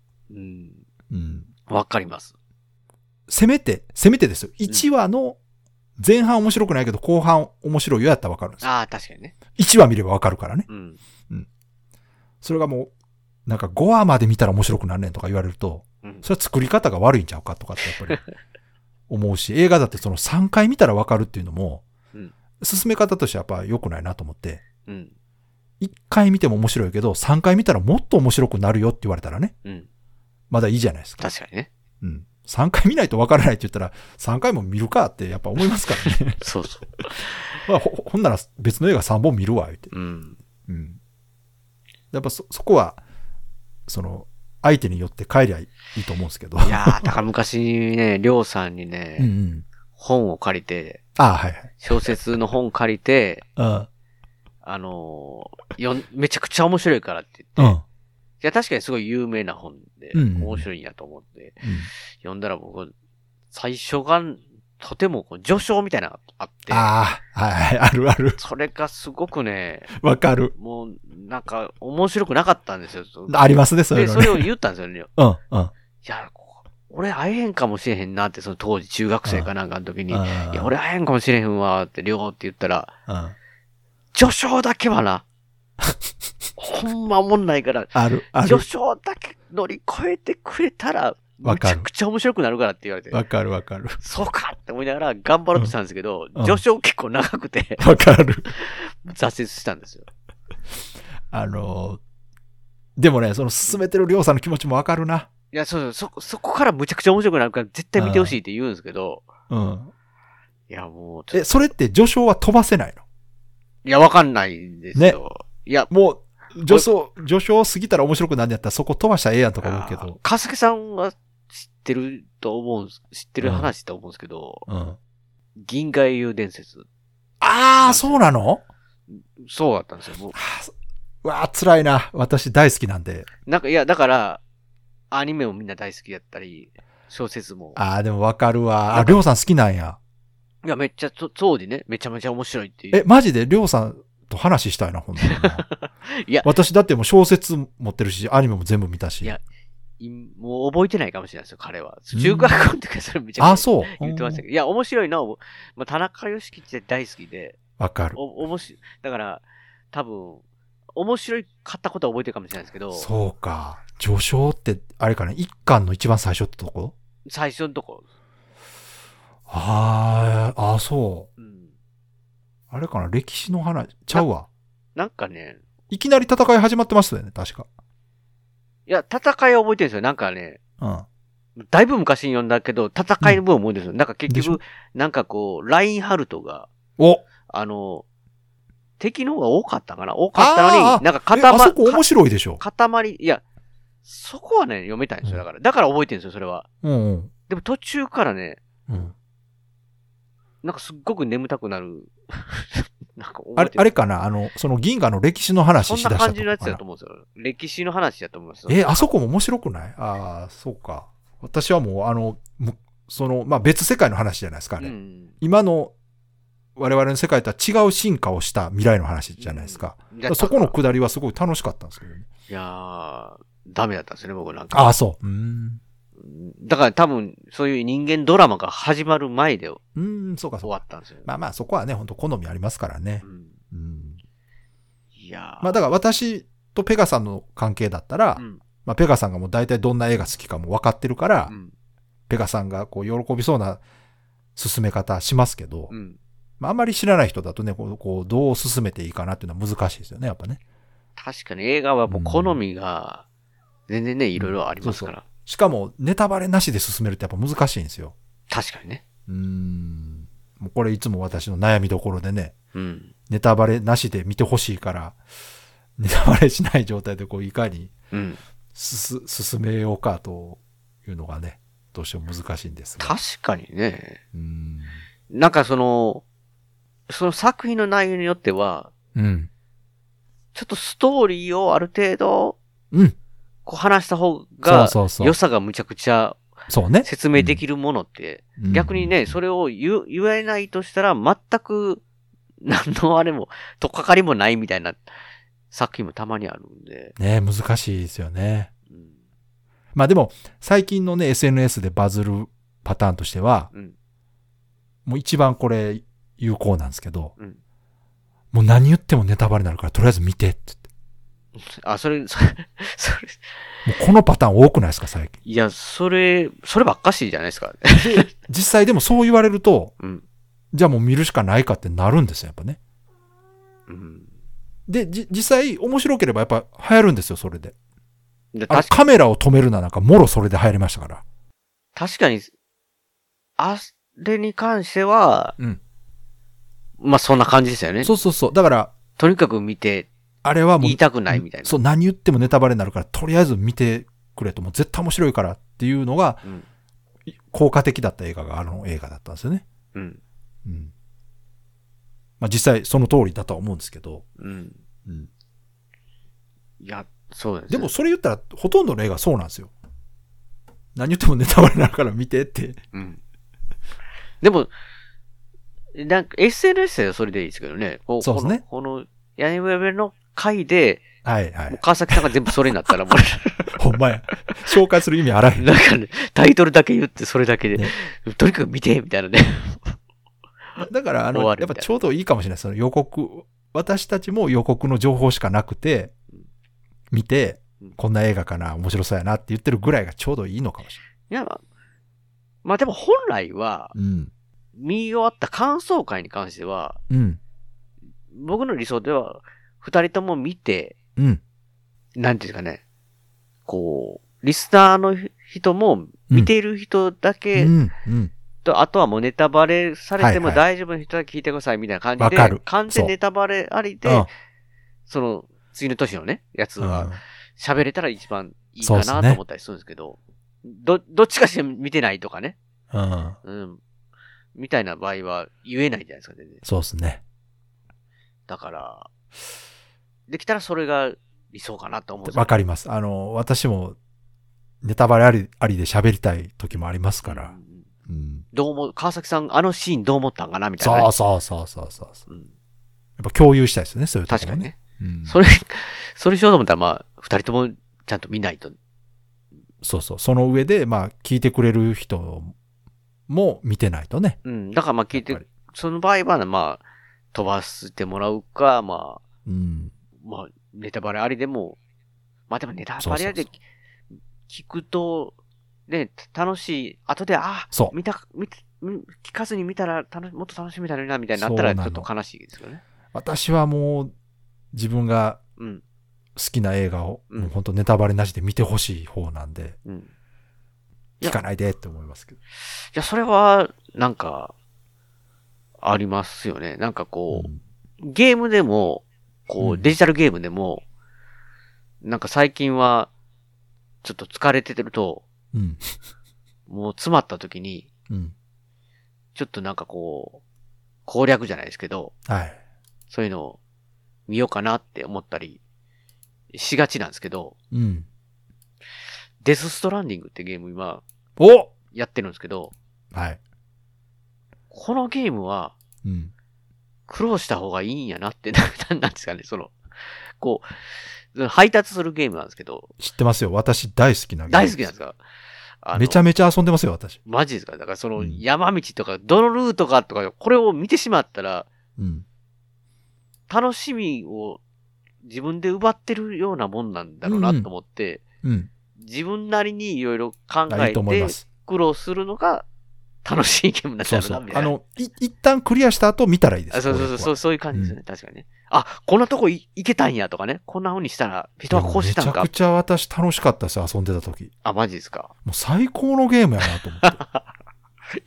わかります。 せめてですよ。1話の前半面白くないけど後半面白いよやったらわかるんですよ。 確かにね。 1話見ればわかるからね。それがもう、なんか5話まで見たら面白くなんねんとか言われると、それは作り方が悪いんちゃうかとかってやっぱり思うし、映画だってその3回見たらわかるっていうのも、進め方としてやっぱ良くないなと思って、1回見ても面白いけど、3回見たらもっと面白くなるよって言われたらね、まだいいじゃないですか。 確かにね。 3回見ないとわからないって言ったら、3回も見るかってやっぱ思いますからね。 そうそう。 まあ、ほんなら別の映画3本見るわ、言って。やっぱそこは、相手によって帰りゃいいと思うんですけど。 いやー、だから昔ね、りょうさんにね、本を借りて、小説の本借りて、めちゃくちゃ面白いからって言って、いや、確かにすごい有名な本で、面白いんやと思って、読んだら僕、最初が、とても序章みたいなのがあって。 あるある。 それがすごくね、 わかる。 もう、なんか、面白くなかったんですよ。 ありますね、それ。 で、それを言ったんですよね。 いや、俺会えへんかもしれへんなって、その当時中学生かなんかの時に、いや、俺会えへんかもしれへんわって、りょうって言ったら、序章だけはな、ほんまおもんないから、序章だけ乗り越えてくれたら、めちゃくちゃ面白くなるからって言われて。 わかるわかる。 そうかって思いながら頑張ろうとしたんですけど、序章結構長くて。 わかる。 挫折したんですよ。 でもね、その進めてるりょうさんの気持ちもわかるな。 いや、そこからむちゃくちゃ面白くなるから絶対見てほしいって言うんですけど。いや、もう。 それって序章は飛ばせないの？ いや、わかんないですよ。ね。 いや、もう、序章過ぎたら面白くなんやったらそこ飛ばしたらええやんとか思うけど。 かすけさんは知ってる話と思うんですけど、銀河英雄伝説。 そうなの？ そうだったんですよ。 辛いな。私大好きなんで。 なんか、いや、だから、アニメもみんな大好きだったり、小説も。 でもわかるわ。りょうさん好きなんや。 いや、めっちゃ、当時ね、めちゃめちゃ面白いっていう。 マジでりょうさんと話したいな、ほんとに。 いや。 私だってもう小説持ってるし、アニメも全部見たし。 いや、もう覚えてないかもしれないですよ、彼は。中学校の時からそれめちゃくちゃ言ってましたけど。いや、面白いのは、田中良樹って大好きで。 わかる。 だから、多分、面白かったことは覚えてるかもしれないですけど。 そうか。序章って、あれかな、一巻の一番最初ってとこ？ 最初のとこ。 そう。あれかな、歴史の話、ちゃうわ。 なんかね。 いきなり戦い始まってましたよね、確か。 いや、戦いは覚えてるんですよ。なんかね。だいぶ昔に読んだけど、戦いの分覚えてるんですよ。なんか結局、なんかこう、ラインハルトが、敵の方が多かったかな？多かったのに、なんかあそこ面白いでしょ。 塊、いや、そこはね、読めたんですよ。だから覚えてるんですよ、それは。でも途中からね、なんかすっごく眠たくなる。なんかあれかな、その銀河の歴史の話しだしたとか。 そんな感じのやつだと思うんですよ。歴史の話だと思います。 あそこも面白くない？そうか。私はもう、別世界の話じゃないですかね。今の我々の世界とは違う進化をした未来の話じゃないですか。そこのくだりはすごい楽しかったんですけどね。 いやー、ダメだったんですよね、僕なんか。 そう。 だから多分、そういう人間ドラマが始まる前で、 そうか。 終わったんですよ。 そこはね、本当好みありますからね。 いやだから私とペガさんの関係だったら、ペガさんがもう大体どんな映画好きかも分かってるから、 ペガさんがこう喜びそうな進め方しますけど、まあ、あんまり知らない人だとね、こうどう進めていいかなっていうのは難しいですよね、やっぱね。 確かに映画はもう好みが全然ね、いろいろありますから。 しかもネタバレなしで進めるってやっぱ難しいんですよ。 確かにね。 もうこれいつも私の悩みどころでね、ネタバレなしで見てほしいから、ネタバレしない状態でこういかに進めようかというのがね、どうしても難しいんですが。 確かにね。なんかその作品の内容によっては、ちょっとストーリーをある程度、こう話した方が、良さがむちゃくちゃ、説明できるものって、逆にね、それを言えないとしたら、全く、何のあれも、とっかかりもないみたいな作品もたまにあるんで。 ね、難しいですよね。まあでも、最近のね、SNS でバズるパターンとしては、もう一番これ、有効なんですけど、もう何言ってもネタバレになるから、とりあえず見てって言って。 あ、それ。もうこのパターン多くないですか、最近。 いや、そればっかしじゃないですか。 実際でもそう言われると、じゃあもう見るしかないかってなるんですよ、やっぱね。で、実際面白ければやっぱ流行るんですよ、それで。カメラを止めるななんか、もろそれで流行りましたから。 確かに、あれに関しては、まあそんな感じですよね。 そう。だから、 とにかく見て、 あれはもう、 言いたくないみたいな。 そう、何言ってもネタバレになるから、とりあえず見てくれと、もう絶対面白いからっていうのが、効果的だった映画があの映画だったんですよね。まあ実際その通りだとは思うんですけど。 いや、そうです。 でもそれ言ったら、ほとんどの映画そうなんですよ。何言ってもネタバレになるから見てって。 でも、なんか SNS ではそれでいいですけどね。 そうですね。 この屋根裏部屋の回で、 もう川崎さんが全部それになったらもうほんまや。紹介する意味あらへん。 なんかね、タイトルだけ言ってそれだけで、とにかく見てみたいなね。 だからやっぱちょうどいいかもしれない。その予告、私たちも予告の情報しかなくて、見て、こんな映画かな、面白そうやなって言ってるぐらいがちょうどいいのかもしれない。 いや、まあでも本来は、見終わった感想会に関しては、僕の理想では、二人とも見て、なんていうかね、こう、リスナーの人も、見ている人だけ、あとはもうネタバレされても大丈夫な人だけ聞いてくださいみたいな感じで、完全ネタバレありで、その、次の年のね、やつは、喋れたら一番いいかなと思ったりするんですけど、どっちかしか見てないとかね。みたいな場合は言えないじゃないですか、全然。 そうですね。 だから、できたらそれが理想かなと思う。 わかります。私もネタバレありで喋りたい時もありますから。 どう思う、川崎さん、あのシーンどう思ったんかなみたいな、 ね。そう。やっぱ共有したいですよね、そういう時もね。確かにね。それしようと思ったら、まあ、二人ともちゃんと見ないと。 そう。その上で、まあ、聞いてくれる人も見てないとね。 だからまあ聞いて、その場合は、まあ、飛ばしてもらうか、まあ、まあ、ネタバレありでも、まあでもネタバレありで聞くと、ね、楽しい、後で、聞かずに見たらもっと楽しみだな、みたいになったらちょっと悲しいですよね。 私はもう、自分が好きな映画を、もう本当ネタバレなしで見てほしい方なんで、聞かないでって思いますけど。いや、それは、なんか、ありますよね。なんかこう、ゲームでも、こう、デジタルゲームでも、なんか最近は、ちょっと疲れてると、もう詰まった時に、ちょっとなんかこう、攻略じゃないですけど、そういうのを見ようかなって思ったりしがちなんですけど、デスストランディングってゲーム今、やってるんですけど、このゲームは、苦労した方がいいんやなって、なんですかね、こう、配達するゲームなんですけど。 知ってますよ。私大好きなゲーム。 大好きなんですか？ めちゃめちゃ遊んでますよ、私。 マジですか？だから山道とか、どのルートかとか、これを見てしまったら、楽しみを自分で奪ってるようなもんなんだろうなと思って、自分なりにいろいろ考えて、 苦労するのが楽しいゲームになっちゃうな、みたいな。 一旦クリアした後見たらいいです。 そういう感じですね、確かにね。あ、こんなとこ行けたんやとかね。こんな風にしたら、人はこうしてたんか。 めちゃくちゃ私楽しかったですよ、遊んでた時。 あ、マジですか。 もう最高のゲームやなと思って。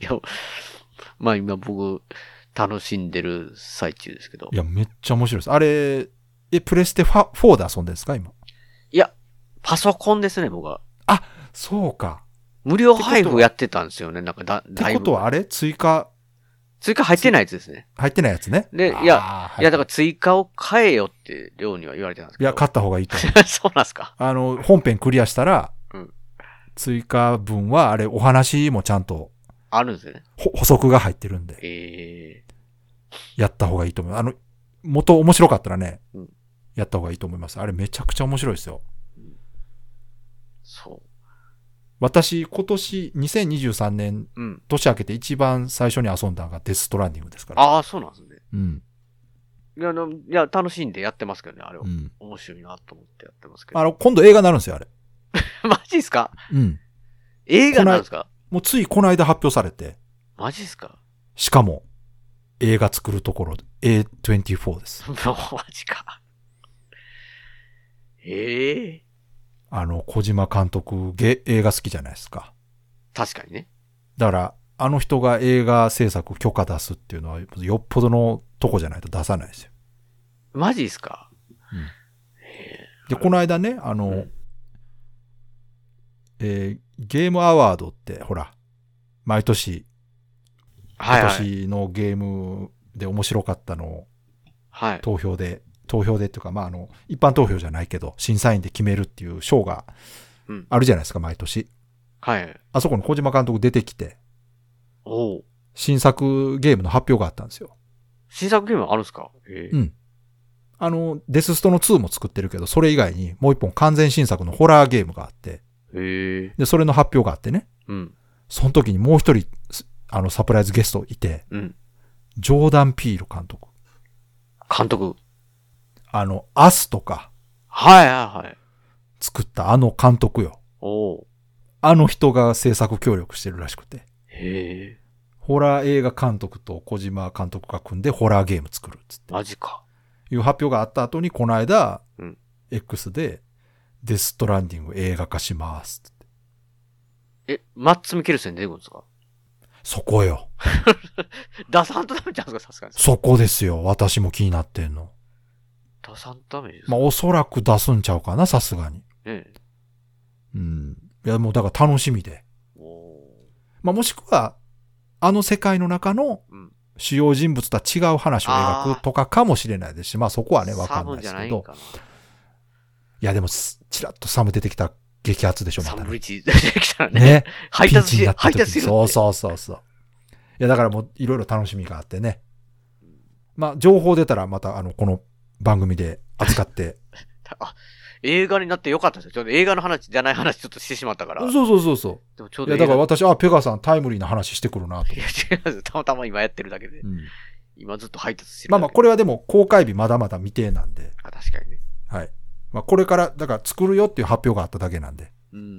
いや、まあ今僕、楽しんでる最中ですけど。 いや、めっちゃ面白いです。あれ、プレステ4で遊んでるんですか、今。 いや、パソコンですね、僕は。 あ、そうか。 無料配布やってたんですよね、なんかだいぶ。 ってことはあれ追加入ってないやつですね。 入ってないやつね。 で、いや、だから追加を買えよって寮には言われてたんですけど。 いや、買った方がいいと思う。そうなんですか。 本編クリアしたら、追加分はあれ、お話もちゃんと。 あるんですよね。 補足が入ってるんで。やった方がいいと思う。元面白かったらね、やった方がいいと思います。あれめちゃくちゃ面白いですよ。 そう。 私、今年、2023年、年明けて一番最初に遊んだのがデス・ストランディングですから。 ああ、そうなんですね。いや、楽しんでやってますけどね、あれは。面白いなと思ってやってますけど。 今度映画になるんですよ、あれ。 マジっすか？映画なんですか？ もうついこの間発表されて。 マジっすか？ しかも、映画作るところ、A24 です。 マジか。 小島監督、映画好きじゃないですか。 確かにね。 だから、あの人が映画制作許可出すっていうのは、よっぽどのとこじゃないと出さないですよ。 マジですか？ で、この間ね、ゲームアワードって、ほら、毎年、今年のゲームで面白かったのを、投票でっていうか、一般投票じゃないけど、審査員で決めるっていう賞があるじゃないですか、毎年。 はい。 あそこに小島監督出てきて、新作ゲームの発表があったんですよ。 新作ゲームあるんですか？ デスストの2も作ってるけど、それ以外にもう一本完全新作のホラーゲームがあって、で、それの発表があってね。その時にもう一人、サプライズゲストいて、ジョーダン・ピール監督。アスとか。作った監督よ。人が制作協力してるらしくて。ホラー映画監督と小島監督が組んでホラーゲーム作るっつって。 マジか。 いう発表があった後に、この間、X で、デス・ストランディング映画化しますって。 マッツ・ミケルセン出てくるんですか？ そこよ。 出さんとダメじゃんすか、さすがに。 そこですよ。私も気になってんの。 出さんとダメです。 おそらく出すんちゃうかな、さすがに。いや、もうだから楽しみで。もしくは、世界の中の主要人物とは違う話を描くとかかもしれないですし、そこはね、わかんないですけど。いや、でも、ちらっとサム出てきた激アツでしょ、またね。 サムブリッジ出てきたらね。配達する。 そう。いや、だからもう、いろいろ楽しみがあってね。情報出たらまた、この番組で扱って。 映画になってよかったですよ。ちょっと映画の話じゃない話ちょっとしてしまったから。 そう。でもちょうどいや、だから私、ペガさんタイムリーな話してくるなと。 いや、違います。たまたま今やってるだけで。今ずっと配達してる。 これはでも公開日まだまだ未定なんで。 確かにね。 はい。これから、だから作るよっていう発表があっただけなんで。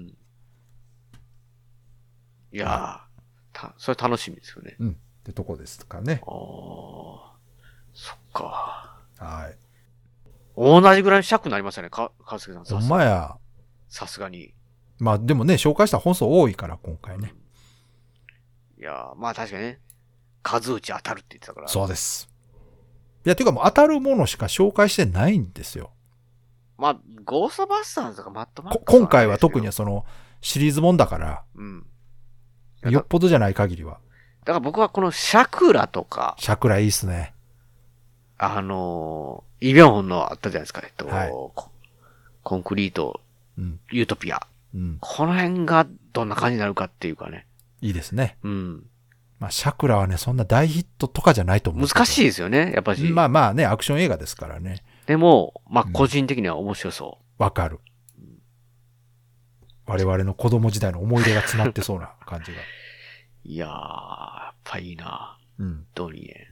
いやー、それ楽しみですよね。 ってとこですかね。 そっか。 はい。 同じぐらいの尺になりましたね、川崎さん。 ほんまや。 さすがに。 でもね、紹介した本数多いから、今回ね。 いやー、確かにね。数打ち当たるって言ってたから。 そうです。いや、ていうかもう当たるものしか紹介してないんですよ。 ゴーストバスターズとかマットマックス今回は特にシリーズもんだから、よっぽどじゃない限りは。 だから僕はこのシャクラとか。 シャクラいいっすね。 イ・ビョンホンのあったじゃないですか、コンクリート、ユートピア。この辺がどんな感じになるかっていうかね。 いいですね。シャクラはね、そんな大ヒットとかじゃないと思う。 難しいですよね、やっぱり。 ね、アクション映画ですからね。 でも、個人的には面白そう。 わかる。我々の子供時代の思い出が詰まってそうな感じが。 いやー、やっぱいいな。ドニエ。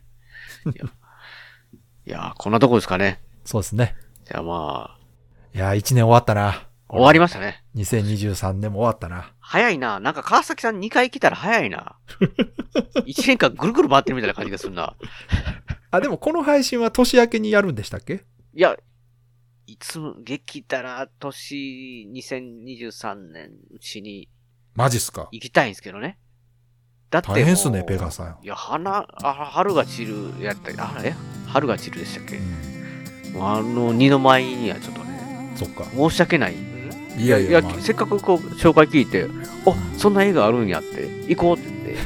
いやー、こんなとこですかね。 そうですね。 じゃあいやー、1年終わったな。 終わりましたね。 2023年も終わったな。 早いな。なんか川崎さん2回来たら早いな。1年間ぐるぐる回ってるみたいな感じがするな。 あ、でもこの配信は年明けにやるんでしたっけ？ いや、いつもできたら年2023年うちに。 マジっすか？ 行きたいんですけどね。だって大変っすね、ペガさん。 いや、春が散るやったり、春が散るでしたっけ？二の舞にはちょっとね、 そっか。 申し訳ない。 いやいや、 せっかくこう紹介聞いて、そんな映画あるんやって、行こうって言って、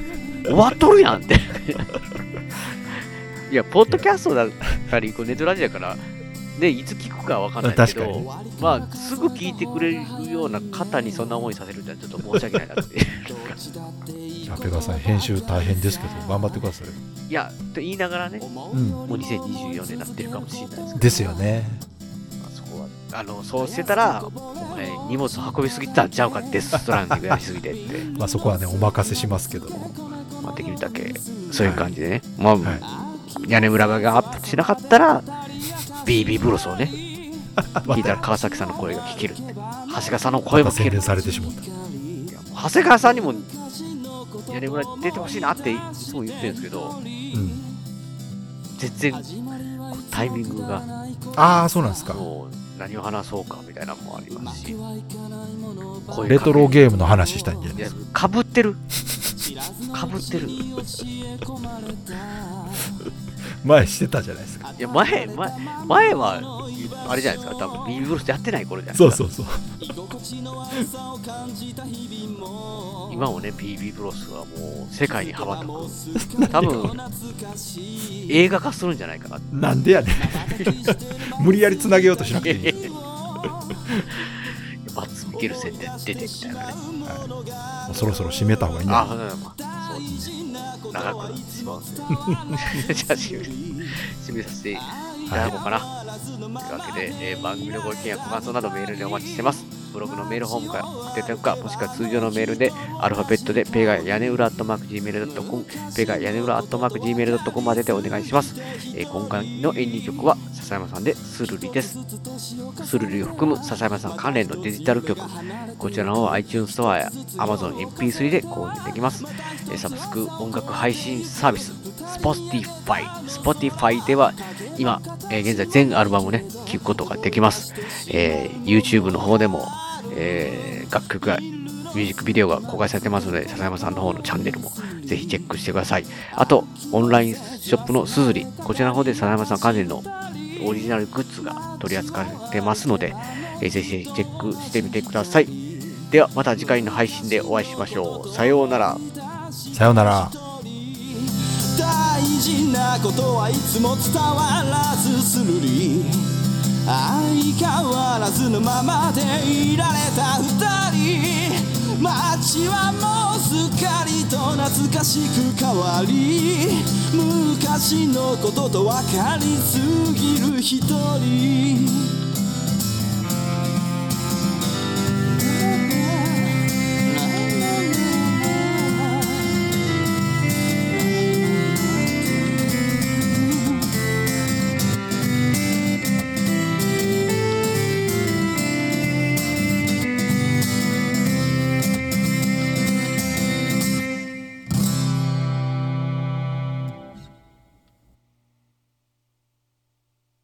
終わっとるやんって。いや、ポッドキャストだったり、ネットラジオやから、で、いつ聞くかわかんないけど、まあ、すぐ聞いてくれるような方にそんな思いさせるってちょっと申し訳ないなって。 じゃあ、ペガさん、編集大変ですけど、頑張ってください。 いや、と言いながらね、もう2024年になってるかもしれないですけど。 ですよね。 そこは、そうしてたら、荷物運びすぎたんちゃうか、デスストランディングやりすぎてって。 まあ、そこはね、お任せしますけど。 まあ、できるだけ、そういう感じでね。まあ、屋根裏がアップしなかったら、BB ブロスをね、聞いたら川崎さんの声が聞けるって。長谷川さんの声も聞ける。 されてしまった。 長谷川さんにも屋根裏出てほしいなっていつも言ってるんですけど、全然タイミングが。 ああ、そうなんですか。 何を話そうかみたいなのもありますし。 レトロゲームの話したいんじゃないですか。 かぶってる。かぶってる。 前してたじゃないですか。 いや、前は、あれじゃないですか。多分、BB ブロスやってない頃じゃないですか。 そう。 今もね、BB ブロスはもう世界に羽ばたく。多分、映画化するんじゃないかな。 なんでやねん。無理やり繋げようとしなくていい。 バッツ・ミケルセンで出てみたいなね。 そろそろ締めた方がいいね。 そうですね。長くなってしまうんで。じゃあ締めさせていただこうかな。というわけで、番組のご意見やご感想などメールでお待ちしてます。ブログのメールホームから送っていただくか、もしくは通常のメールでアルファベットでペガ屋根裏@gmail.com、ペガ屋根裏@gmail.com まででお願いします。今回のエンディング曲は笹山さんでスルリです。スルリを含む笹山さん関連のデジタル曲、こちらの方は iTunes ストアや Amazon MP3 で購入できます。サブスク音楽配信サービス Spotify では今、現在全アルバムをね聴くことができます。YouTube の方でも、楽曲やミュージックビデオが公開されてますので、笹山さんの方のチャンネルもぜひチェックしてください。あとオンラインショップのすずり、こちらの方で笹山さん関連のオリジナルグッズが取り扱われてますので、ぜひチェックしてみてください。ではまた次回の配信でお会いしましょう。さようなら。 さようなら。 大事なことはいつも伝わらずするり、相変わらずのままでいられた二人、街はもうすっかりと懐かしく変わり、昔のことと分かりすぎる一人。